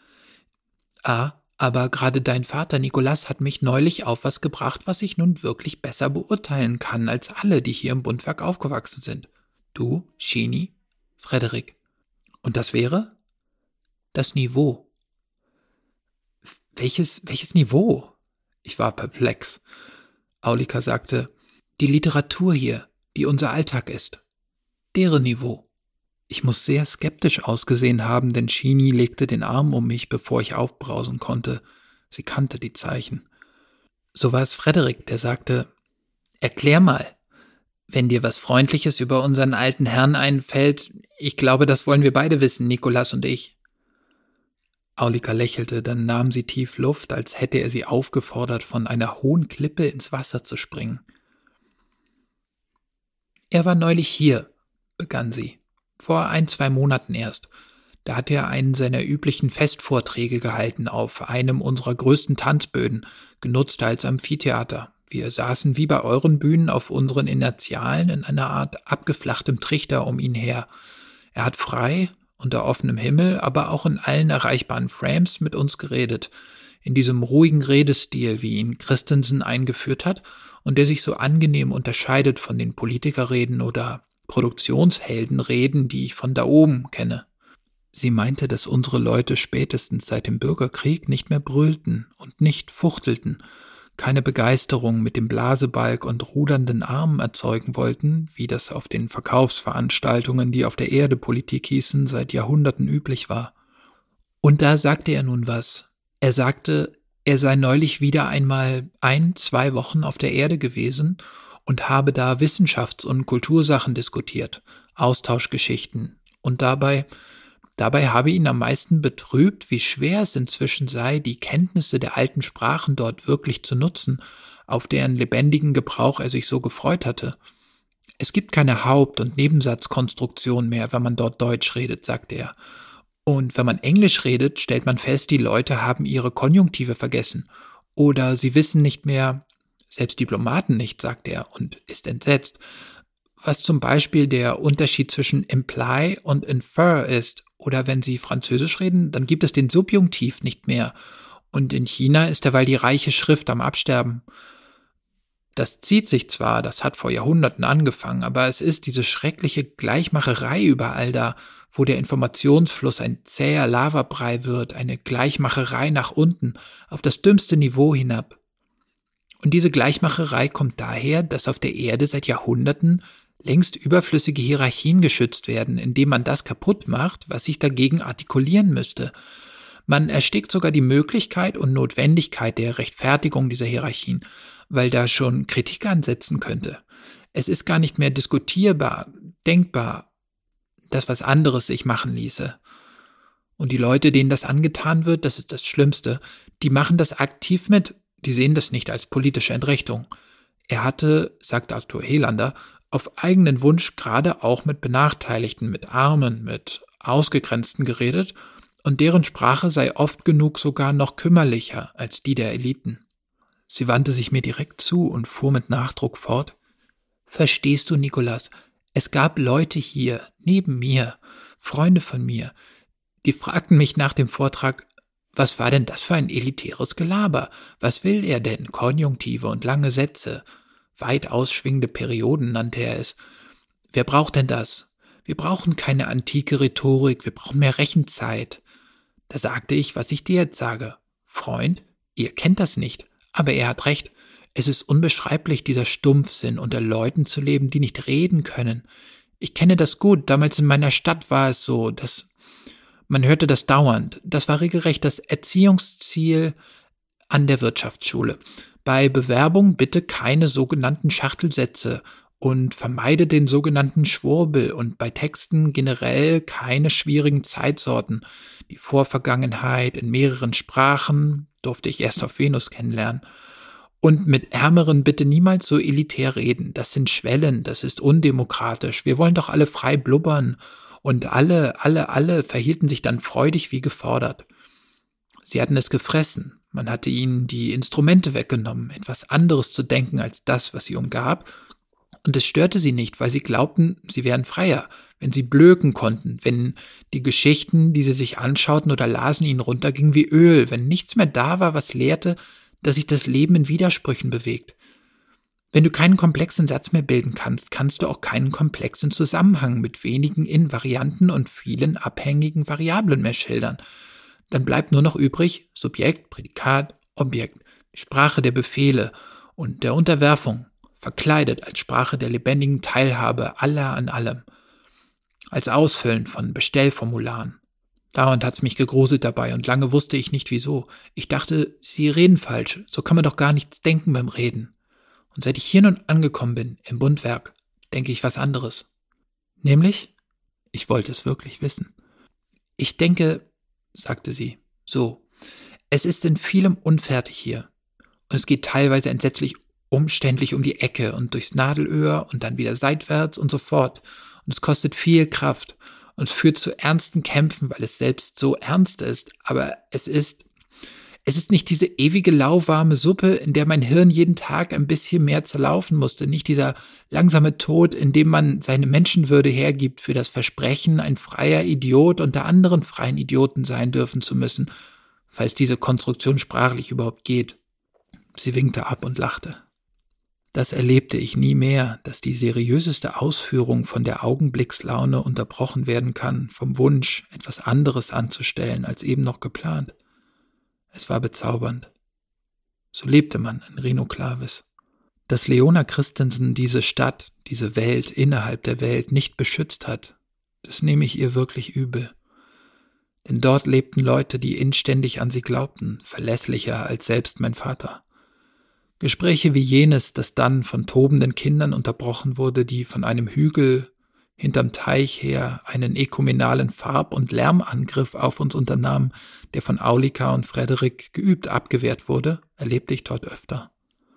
Aber gerade dein Vater Nicolas hat mich neulich auf was gebracht, was ich nun wirklich besser beurteilen kann als alle, die hier im Bundwerk aufgewachsen sind. Du, Chini, Frederik. Und das wäre? Das Niveau. Welches Niveau? Ich war perplex. Aulika sagte, die Literatur hier, die unser Alltag ist. Deren Niveau. Ich muss sehr skeptisch ausgesehen haben, denn Sheeny legte den Arm um mich, bevor ich aufbrausen konnte. Sie kannte die Zeichen. So war es Frederik, der sagte: »Erklär mal, wenn dir was Freundliches über unseren alten Herrn einfällt. Ich glaube, das wollen wir beide wissen, Nikolas und ich.« Aulika lächelte, dann nahm sie tief Luft, als hätte er sie aufgefordert, von einer hohen Klippe ins Wasser zu springen. »Er war neulich hier«, begann sie. »Vor 1-2 Monaten erst. Da hat er einen seiner üblichen Festvorträge gehalten auf einem unserer größten Tanzböden, genutzt als Amphitheater. Wir saßen wie bei euren Bühnen auf unseren Inertialen in einer Art abgeflachtem Trichter um ihn her. Er hat frei, unter offenem Himmel, aber auch in allen erreichbaren Frames mit uns geredet, in diesem ruhigen Redestil, wie ihn Christensen eingeführt hat und der sich so angenehm unterscheidet von den Politikerreden oder Produktionsheldenreden, die ich von da oben kenne.« Sie meinte, dass unsere Leute spätestens seit dem Bürgerkrieg nicht mehr brüllten und nicht fuchtelten, keine Begeisterung mit dem Blasebalg und rudernden Armen erzeugen wollten, wie das auf den Verkaufsveranstaltungen, die auf der Erde Politik hießen, seit Jahrhunderten üblich war. Und da sagte er nun was. Er sagte, er sei neulich wieder einmal 1-2 Wochen auf der Erde gewesen und habe da Wissenschafts- und Kultursachen diskutiert, Austauschgeschichten. Und dabei habe ihn am meisten betrübt, wie schwer es inzwischen sei, die Kenntnisse der alten Sprachen dort wirklich zu nutzen, auf deren lebendigen Gebrauch er sich so gefreut hatte. Es gibt keine Haupt- und Nebensatzkonstruktion mehr, wenn man dort Deutsch redet, sagte er. Und wenn man Englisch redet, stellt man fest, die Leute haben ihre Konjunktive vergessen. Oder sie wissen nicht mehr, selbst Diplomaten nicht, sagt er und ist entsetzt, was zum Beispiel der Unterschied zwischen imply und infer ist. Oder wenn sie Französisch reden, dann gibt es den Subjunktiv nicht mehr. Und in China ist derweil die reiche Schrift am Absterben. Das zieht sich zwar, das hat vor Jahrhunderten angefangen, aber es ist diese schreckliche Gleichmacherei überall da, wo der Informationsfluss ein zäher Lavabrei wird, eine Gleichmacherei nach unten, auf das dümmste Niveau hinab. Und diese Gleichmacherei kommt daher, dass auf der Erde seit Jahrhunderten längst überflüssige Hierarchien geschützt werden, indem man das kaputt macht, was sich dagegen artikulieren müsste. Man erstickt sogar die Möglichkeit und Notwendigkeit der Rechtfertigung dieser Hierarchien, weil da schon Kritik ansetzen könnte. Es ist gar nicht mehr diskutierbar, denkbar, dass was anderes sich machen ließe. Und die Leute, denen das angetan wird, das ist das Schlimmste, die machen das aktiv mit, die sehen das nicht als politische Entrechtung. Er hatte, sagt Arthur Helander, auf eigenen Wunsch gerade auch mit Benachteiligten, mit Armen, mit Ausgegrenzten geredet, und deren Sprache sei oft genug sogar noch kümmerlicher als die der Eliten. Sie wandte sich mir direkt zu und fuhr mit Nachdruck fort. »Verstehst du, Nikolas, es gab Leute hier, neben mir, Freunde von mir, die fragten mich nach dem Vortrag, was war denn das für ein elitäres Gelaber? Was will er denn? Konjunktive und lange Sätze. Weit ausschwingende Perioden nannte er es. Wer braucht denn das? Wir brauchen keine antike Rhetorik, wir brauchen mehr Rechenzeit. Da sagte ich, was ich dir jetzt sage. Freund, ihr kennt das nicht, aber er hat recht. Es ist unbeschreiblich, dieser Stumpfsinn, unter Leuten zu leben, die nicht reden können. Ich kenne das gut, damals in meiner Stadt war es so, man hörte das dauernd. Das war regelrecht das Erziehungsziel an der Wirtschaftsschule. Bei Bewerbung bitte keine sogenannten Schachtelsätze und vermeide den sogenannten Schwurbel und bei Texten generell keine schwierigen Zeitsorten. Die Vorvergangenheit in mehreren Sprachen durfte ich erst auf Venus kennenlernen. Und mit Ärmeren bitte niemals so elitär reden. Das sind Schwellen, das ist undemokratisch. Wir wollen doch alle frei blubbern. Und alle verhielten sich dann freudig wie gefordert. Sie hatten es gefressen. Man hatte ihnen die Instrumente weggenommen, etwas anderes zu denken als das, was sie umgab. Und es störte sie nicht, weil sie glaubten, sie wären freier, wenn sie blöken konnten, wenn die Geschichten, die sie sich anschauten oder lasen, ihnen runtergingen wie Öl, wenn nichts mehr da war, was lehrte, dass sich das Leben in Widersprüchen bewegt. Wenn du keinen komplexen Satz mehr bilden kannst, kannst du auch keinen komplexen Zusammenhang mit wenigen Invarianten und vielen abhängigen Variablen mehr schildern. Dann bleibt nur noch übrig Subjekt, Prädikat, Objekt, die Sprache der Befehle und der Unterwerfung, verkleidet als Sprache der lebendigen Teilhabe aller an allem. als Ausfüllen von Bestellformularen. Dauernd hat's mich gegruselt dabei und lange wusste ich nicht wieso. Ich dachte, Sie reden falsch, so kann man doch gar nichts denken beim Reden. Und seit ich hier nun angekommen bin, im Bundwerk, denke ich was anderes. Nämlich? Ich wollte es wirklich wissen. Ich denke, sagte sie, so, es ist in vielem unfertig hier. Und es geht teilweise entsetzlich umständlich um die Ecke und durchs Nadelöhr und dann wieder seitwärts und so fort. Und es kostet viel Kraft und es führt zu ernsten Kämpfen, weil es selbst so ernst ist. Aber es ist nicht diese ewige lauwarme Suppe, in der mein Hirn jeden Tag ein bisschen mehr zerlaufen musste. Nicht dieser langsame Tod, in dem man seine Menschenwürde hergibt für das Versprechen, ein freier Idiot unter anderen freien Idioten sein dürfen zu müssen, falls diese Konstruktion sprachlich überhaupt geht. Sie winkte ab und lachte. Das erlebte ich nie mehr, dass die seriöseste Ausführung von der Augenblickslaune unterbrochen werden kann, vom Wunsch, etwas anderes anzustellen, als eben noch geplant. Es war bezaubernd. So lebte man in Reno Clavis. Dass Leona Christensen diese Stadt, diese Welt innerhalb der Welt nicht beschützt hat, das nehme ich ihr wirklich übel. Denn dort lebten Leute, die inständig an sie glaubten, verlässlicher als selbst mein Vater. Gespräche wie jenes, das dann von tobenden Kindern unterbrochen wurde, die von einem Hügel hinterm Teich her einen ökumenalen Farb- und Lärmangriff auf uns unternahmen, der von Aulika und Frederik geübt abgewehrt wurde, erlebte ich dort öfter.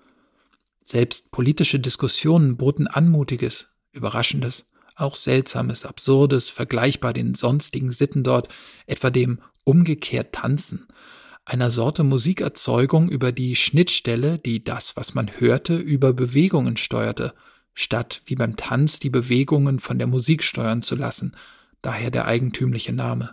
Selbst politische Diskussionen boten Anmutiges, Überraschendes, auch Seltsames, Absurdes, vergleichbar den sonstigen Sitten dort, etwa dem umgekehrt Tanzen, einer Sorte Musikerzeugung über die Schnittstelle, die das, was man hörte, über Bewegungen steuerte, statt wie beim Tanz die Bewegungen von der Musik steuern zu lassen, daher der eigentümliche Name.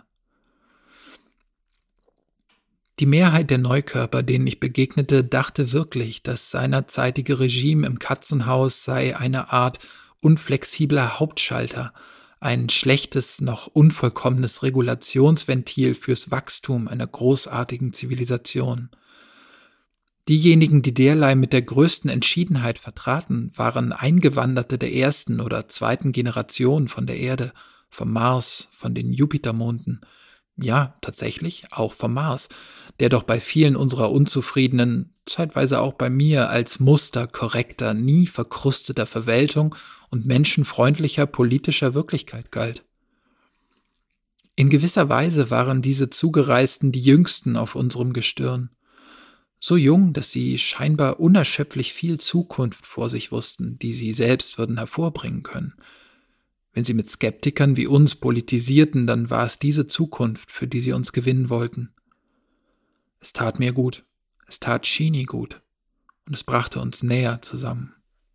Die Mehrheit der Neukörper, denen ich begegnete, dachte wirklich, das seinerzeitige Regime im Katzenhaus sei eine Art unflexibler Hauptschalter, ein schlechtes, noch unvollkommenes Regulationsventil fürs Wachstum einer großartigen Zivilisation. Diejenigen, die derlei mit der größten Entschiedenheit vertraten, waren Eingewanderte der ersten oder zweiten Generation von der Erde, vom Mars, von den Jupitermonden. Ja, tatsächlich, auch vom Mars, der doch bei vielen unserer unzufriedenen, zeitweise auch bei mir als Muster korrekter, nie verkrusteter Verwältung und menschenfreundlicher politischer Wirklichkeit galt. In gewisser Weise waren diese Zugereisten die Jüngsten auf unserem Gestirn. So jung, dass sie scheinbar unerschöpflich viel Zukunft vor sich wussten, die sie selbst würden hervorbringen können. Wenn sie mit Skeptikern wie uns politisierten, dann war es diese Zukunft, für die sie uns gewinnen wollten. Es tat mir gut, es tat Sheeny gut und es brachte uns näher zusammen.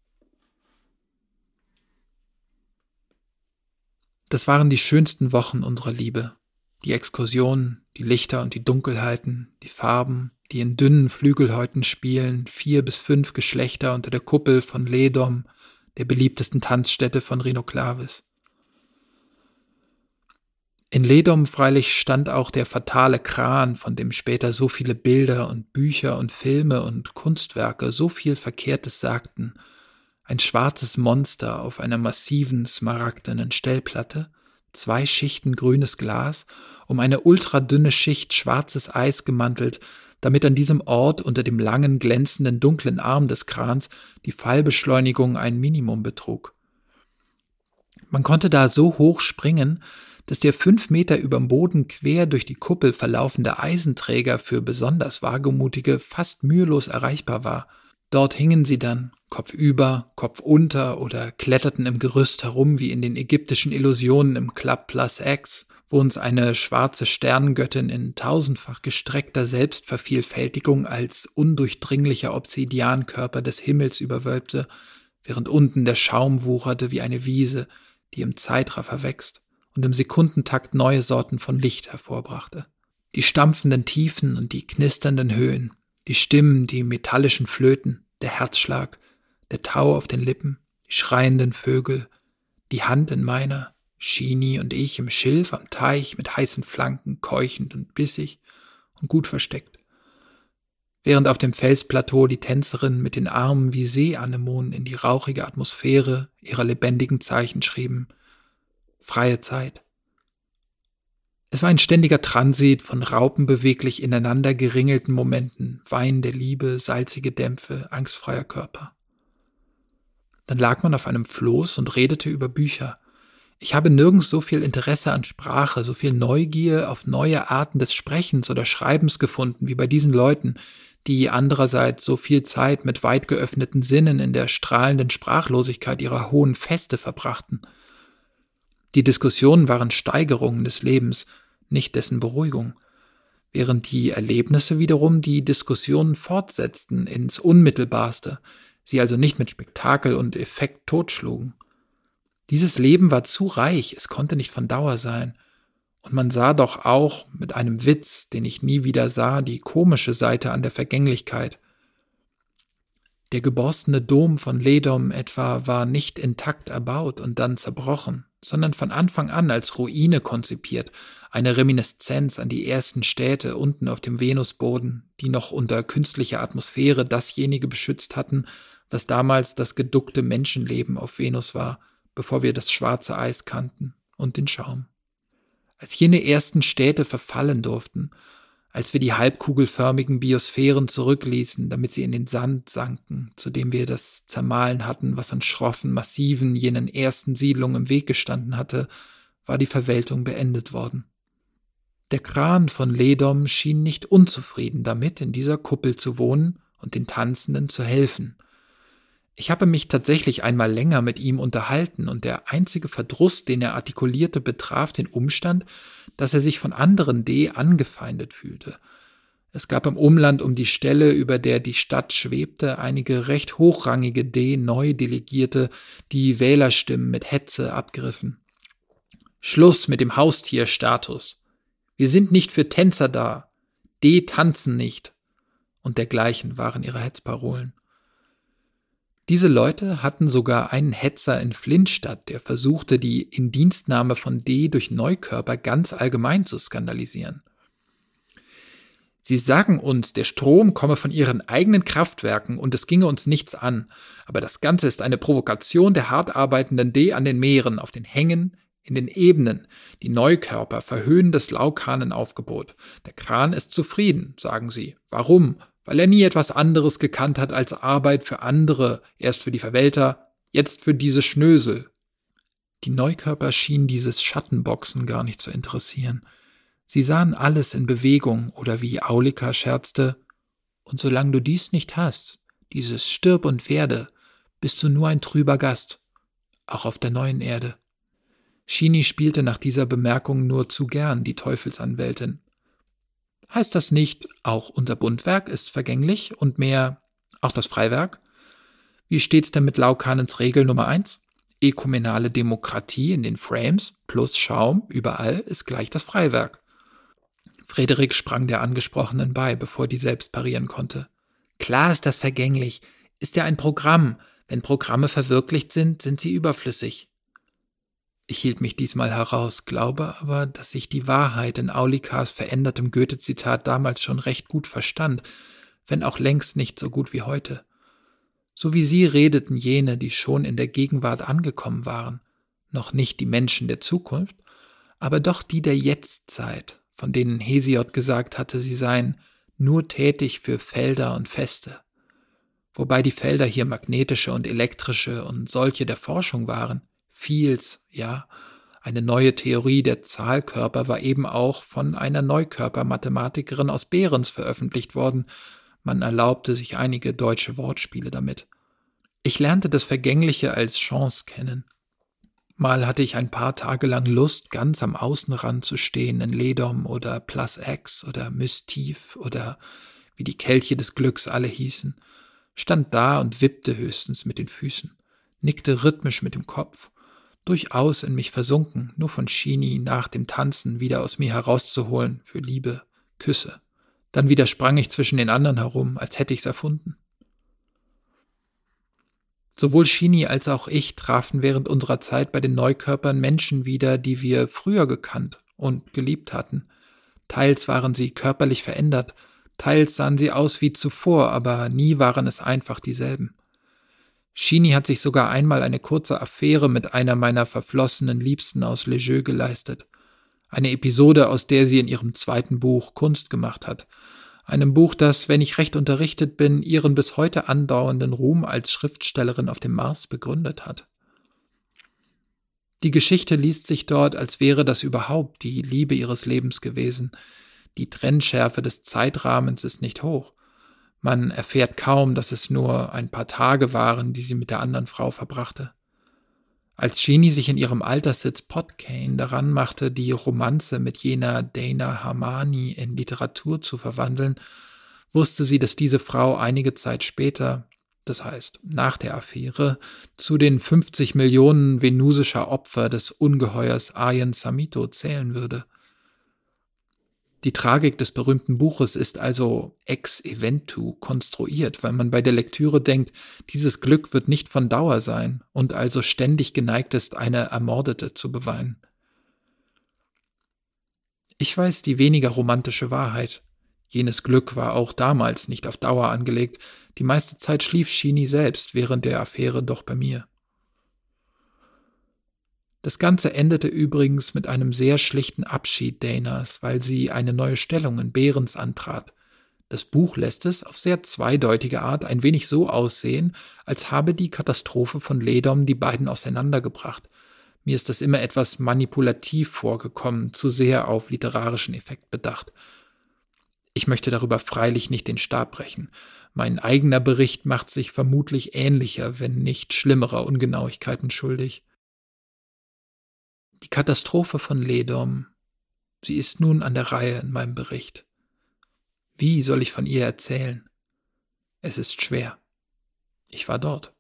Das waren die schönsten Wochen unserer Liebe. Die Exkursionen, die Lichter und die Dunkelheiten, die Farben, die in dünnen Flügelhäuten spielen, 4 bis 5 Geschlechter unter der Kuppel von Ledom, der beliebtesten Tanzstätte von Reno Clavis. In Ledom freilich stand auch der fatale Kran, von dem später so viele Bilder und Bücher und Filme und Kunstwerke so viel Verkehrtes sagten, ein schwarzes Monster auf einer massiven, smaragdenen Stellplatte, 2 Schichten grünes Glas, um eine ultradünne Schicht schwarzes Eis gemantelt, damit an diesem Ort unter dem langen, glänzenden, dunklen Arm des Krans die Fallbeschleunigung ein Minimum betrug. Man konnte da so hoch springen, dass der 5 Meter überm Boden quer durch die Kuppel verlaufende Eisenträger für besonders Wagemutige fast mühelos erreichbar war. Dort hingen sie dann, Kopf über, Kopf unter oder kletterten im Gerüst herum wie in den ägyptischen Illusionen im Club Plus X, wo uns eine schwarze Sternengöttin in tausendfach gestreckter Selbstvervielfältigung als undurchdringlicher Obsidiankörper des Himmels überwölbte, während unten der Schaum wucherte wie eine Wiese, die im Zeitraffer wächst und im Sekundentakt neue Sorten von Licht hervorbrachte. Die stampfenden Tiefen und die knisternden Höhen, die Stimmen, die metallischen Flöten, der Herzschlag, der Tau auf den Lippen, die schreienden Vögel, die Hand in meiner, Sheeny und ich im Schilf am Teich mit heißen Flanken, keuchend und bissig und gut versteckt. Während auf dem Felsplateau die Tänzerinnen mit den Armen wie Seeanemonen in die rauchige Atmosphäre ihrer lebendigen Zeichen schrieben, freie Zeit. Es war ein ständiger Transit von raupenbeweglich ineinander geringelten Momenten, Wein der Liebe, salzige Dämpfe, angstfreier Körper. Dann lag man auf einem Floß und redete über Bücher. Ich habe nirgends so viel Interesse an Sprache, so viel Neugier auf neue Arten des Sprechens oder Schreibens gefunden wie bei diesen Leuten, die andererseits so viel Zeit mit weit geöffneten Sinnen in der strahlenden Sprachlosigkeit ihrer hohen Feste verbrachten. Die Diskussionen waren Steigerungen des Lebens, nicht dessen Beruhigung, während die Erlebnisse wiederum die Diskussionen fortsetzten ins Unmittelbarste, sie also nicht mit Spektakel und Effekt totschlugen. Dieses Leben war zu reich, es konnte nicht von Dauer sein. Und man sah doch auch, mit einem Witz, den ich nie wieder sah, die komische Seite an der Vergänglichkeit. Der geborstene Dom von Ledom etwa war nicht intakt erbaut und dann zerbrochen, sondern von Anfang an als Ruine konzipiert, eine Reminiszenz an die ersten Städte unten auf dem Venusboden, die noch unter künstlicher Atmosphäre dasjenige beschützt hatten, was damals das geduckte Menschenleben auf Venus war, bevor wir das schwarze Eis kannten und den Schaum. Als jene ersten Städte verfallen durften, als wir die halbkugelförmigen Biosphären zurückließen, damit sie in den Sand sanken, zu dem wir das Zermahlen hatten, was an schroffen Massiven jenen ersten Siedlungen im Weg gestanden hatte, war die Verweltung beendet worden. Der Kran von Ledom schien nicht unzufrieden damit, in dieser Kuppel zu wohnen und den Tanzenden zu helfen. Ich habe mich tatsächlich einmal länger mit ihm unterhalten und der einzige Verdruss, den er artikulierte, betraf den Umstand, dass er sich von anderen D angefeindet fühlte. Es gab im Umland um die Stelle, über der die Stadt schwebte, einige recht hochrangige D-Neudelegierte, die Wählerstimmen mit Hetze abgriffen. Schluss mit dem Haustierstatus. Wir sind nicht für Tänzer da. D tanzen nicht. Und dergleichen waren ihre Hetzparolen. Diese Leute hatten sogar einen Hetzer in Flintstadt, der versuchte, die Indienstnahme von D durch Neukörper ganz allgemein zu skandalisieren. Sie sagen uns, der Strom komme von ihren eigenen Kraftwerken und es ginge uns nichts an. Aber das Ganze ist eine Provokation der hart arbeitenden D an den Meeren, auf den Hängen, in den Ebenen. Die Neukörper verhöhnen das Laukanenaufgebot. Der Kran ist zufrieden, sagen sie. Warum? Weil er nie etwas anderes gekannt hat als Arbeit für andere, erst für die Verwälter, jetzt für diese Schnösel. Die Neukörper schienen dieses Schattenboxen gar nicht zu interessieren. Sie sahen alles in Bewegung, oder wie Aulika scherzte, und solange du dies nicht hast, dieses Stirb und werde, bist du nur ein trüber Gast, auch auf der neuen Erde. Shini spielte nach dieser Bemerkung nur zu gern die Teufelsanwältin. Heißt das nicht, auch unser Bundwerk ist vergänglich und mehr auch das Freiwerk? Wie steht's denn mit Laukanens Regel Nummer 1? Ökumenale Demokratie in den Frames plus Schaum überall ist gleich das Freiwerk. Frederik sprang der Angesprochenen bei, bevor die selbst parieren konnte. Klar ist das vergänglich. Ist ja ein Programm. Wenn Programme verwirklicht sind, sind sie überflüssig. Ich hielt mich diesmal heraus, glaube aber, dass ich die Wahrheit in Aulikas verändertem Goethe-Zitat damals schon recht gut verstand, wenn auch längst nicht so gut wie heute. So wie sie redeten jene, die schon in der Gegenwart angekommen waren, noch nicht die Menschen der Zukunft, aber doch die der Jetztzeit, von denen Hesiod gesagt hatte, sie seien nur tätig für Felder und Feste. Wobei die Felder hier magnetische und elektrische und solche der Forschung waren. Fields, ja, eine neue Theorie der Zahlkörper war eben auch von einer Neukörpermathematikerin aus Behrens veröffentlicht worden. Man erlaubte sich einige deutsche Wortspiele damit. Ich lernte das Vergängliche als Chance kennen. Mal hatte ich ein paar Tage lang Lust, ganz am Außenrand zu stehen, in Ledom oder Plus X oder Mystiv oder wie die Kelche des Glücks alle hießen, stand da und wippte höchstens mit den Füßen, nickte rhythmisch mit dem Kopf, durchaus in mich versunken, nur von Shini nach dem Tanzen wieder aus mir herauszuholen für Liebe, Küsse. Dann wieder sprang ich zwischen den anderen herum, als hätte ich's erfunden. Sowohl Shini als auch ich trafen während unserer Zeit bei den Neukörpern Menschen wieder, die wir früher gekannt und geliebt hatten. Teils waren sie körperlich verändert, teils sahen sie aus wie zuvor, aber nie waren es einfach dieselben. Shini hat sich sogar einmal eine kurze Affäre mit einer meiner verflossenen Liebsten aus Les Jeux geleistet. Eine Episode, aus der sie in ihrem zweiten Buch Kunst gemacht hat. Einem Buch, das, wenn ich recht unterrichtet bin, ihren bis heute andauernden Ruhm als Schriftstellerin auf dem Mars begründet hat. Die Geschichte liest sich dort, als wäre das überhaupt die Liebe ihres Lebens gewesen. Die Trennschärfe des Zeitrahmens ist nicht hoch. Man erfährt kaum, dass es nur ein paar Tage waren, die sie mit der anderen Frau verbrachte. Als Shini sich in ihrem Alterssitz Podkayne daran machte, die Romanze mit jener Dana Harmani in Literatur zu verwandeln, wusste sie, dass diese Frau einige Zeit später, das heißt nach der Affäre, zu den 50 Millionen venusischer Opfer des Ungeheuers Arjen Samito zählen würde. Die Tragik des berühmten Buches ist also ex eventu konstruiert, weil man bei der Lektüre denkt, dieses Glück wird nicht von Dauer sein und also ständig geneigt ist, eine Ermordete zu beweinen. Ich weiß die weniger romantische Wahrheit. Jenes Glück war auch damals nicht auf Dauer angelegt. Die meiste Zeit schlief Shini selbst während der Affäre doch bei mir. Das Ganze endete übrigens mit einem sehr schlichten Abschied Danas, weil sie eine neue Stellung in Behrens antrat. Das Buch lässt es auf sehr zweideutige Art ein wenig so aussehen, als habe die Katastrophe von Ledom die beiden auseinandergebracht. Mir ist das immer etwas manipulativ vorgekommen, zu sehr auf literarischen Effekt bedacht. Ich möchte darüber freilich nicht den Stab brechen. Mein eigener Bericht macht sich vermutlich ähnlicher, wenn nicht schlimmerer Ungenauigkeiten schuldig. Die Katastrophe von Ledom. Sie ist nun an der Reihe in meinem Bericht. Wie soll ich von ihr erzählen? Es ist schwer. Ich war dort.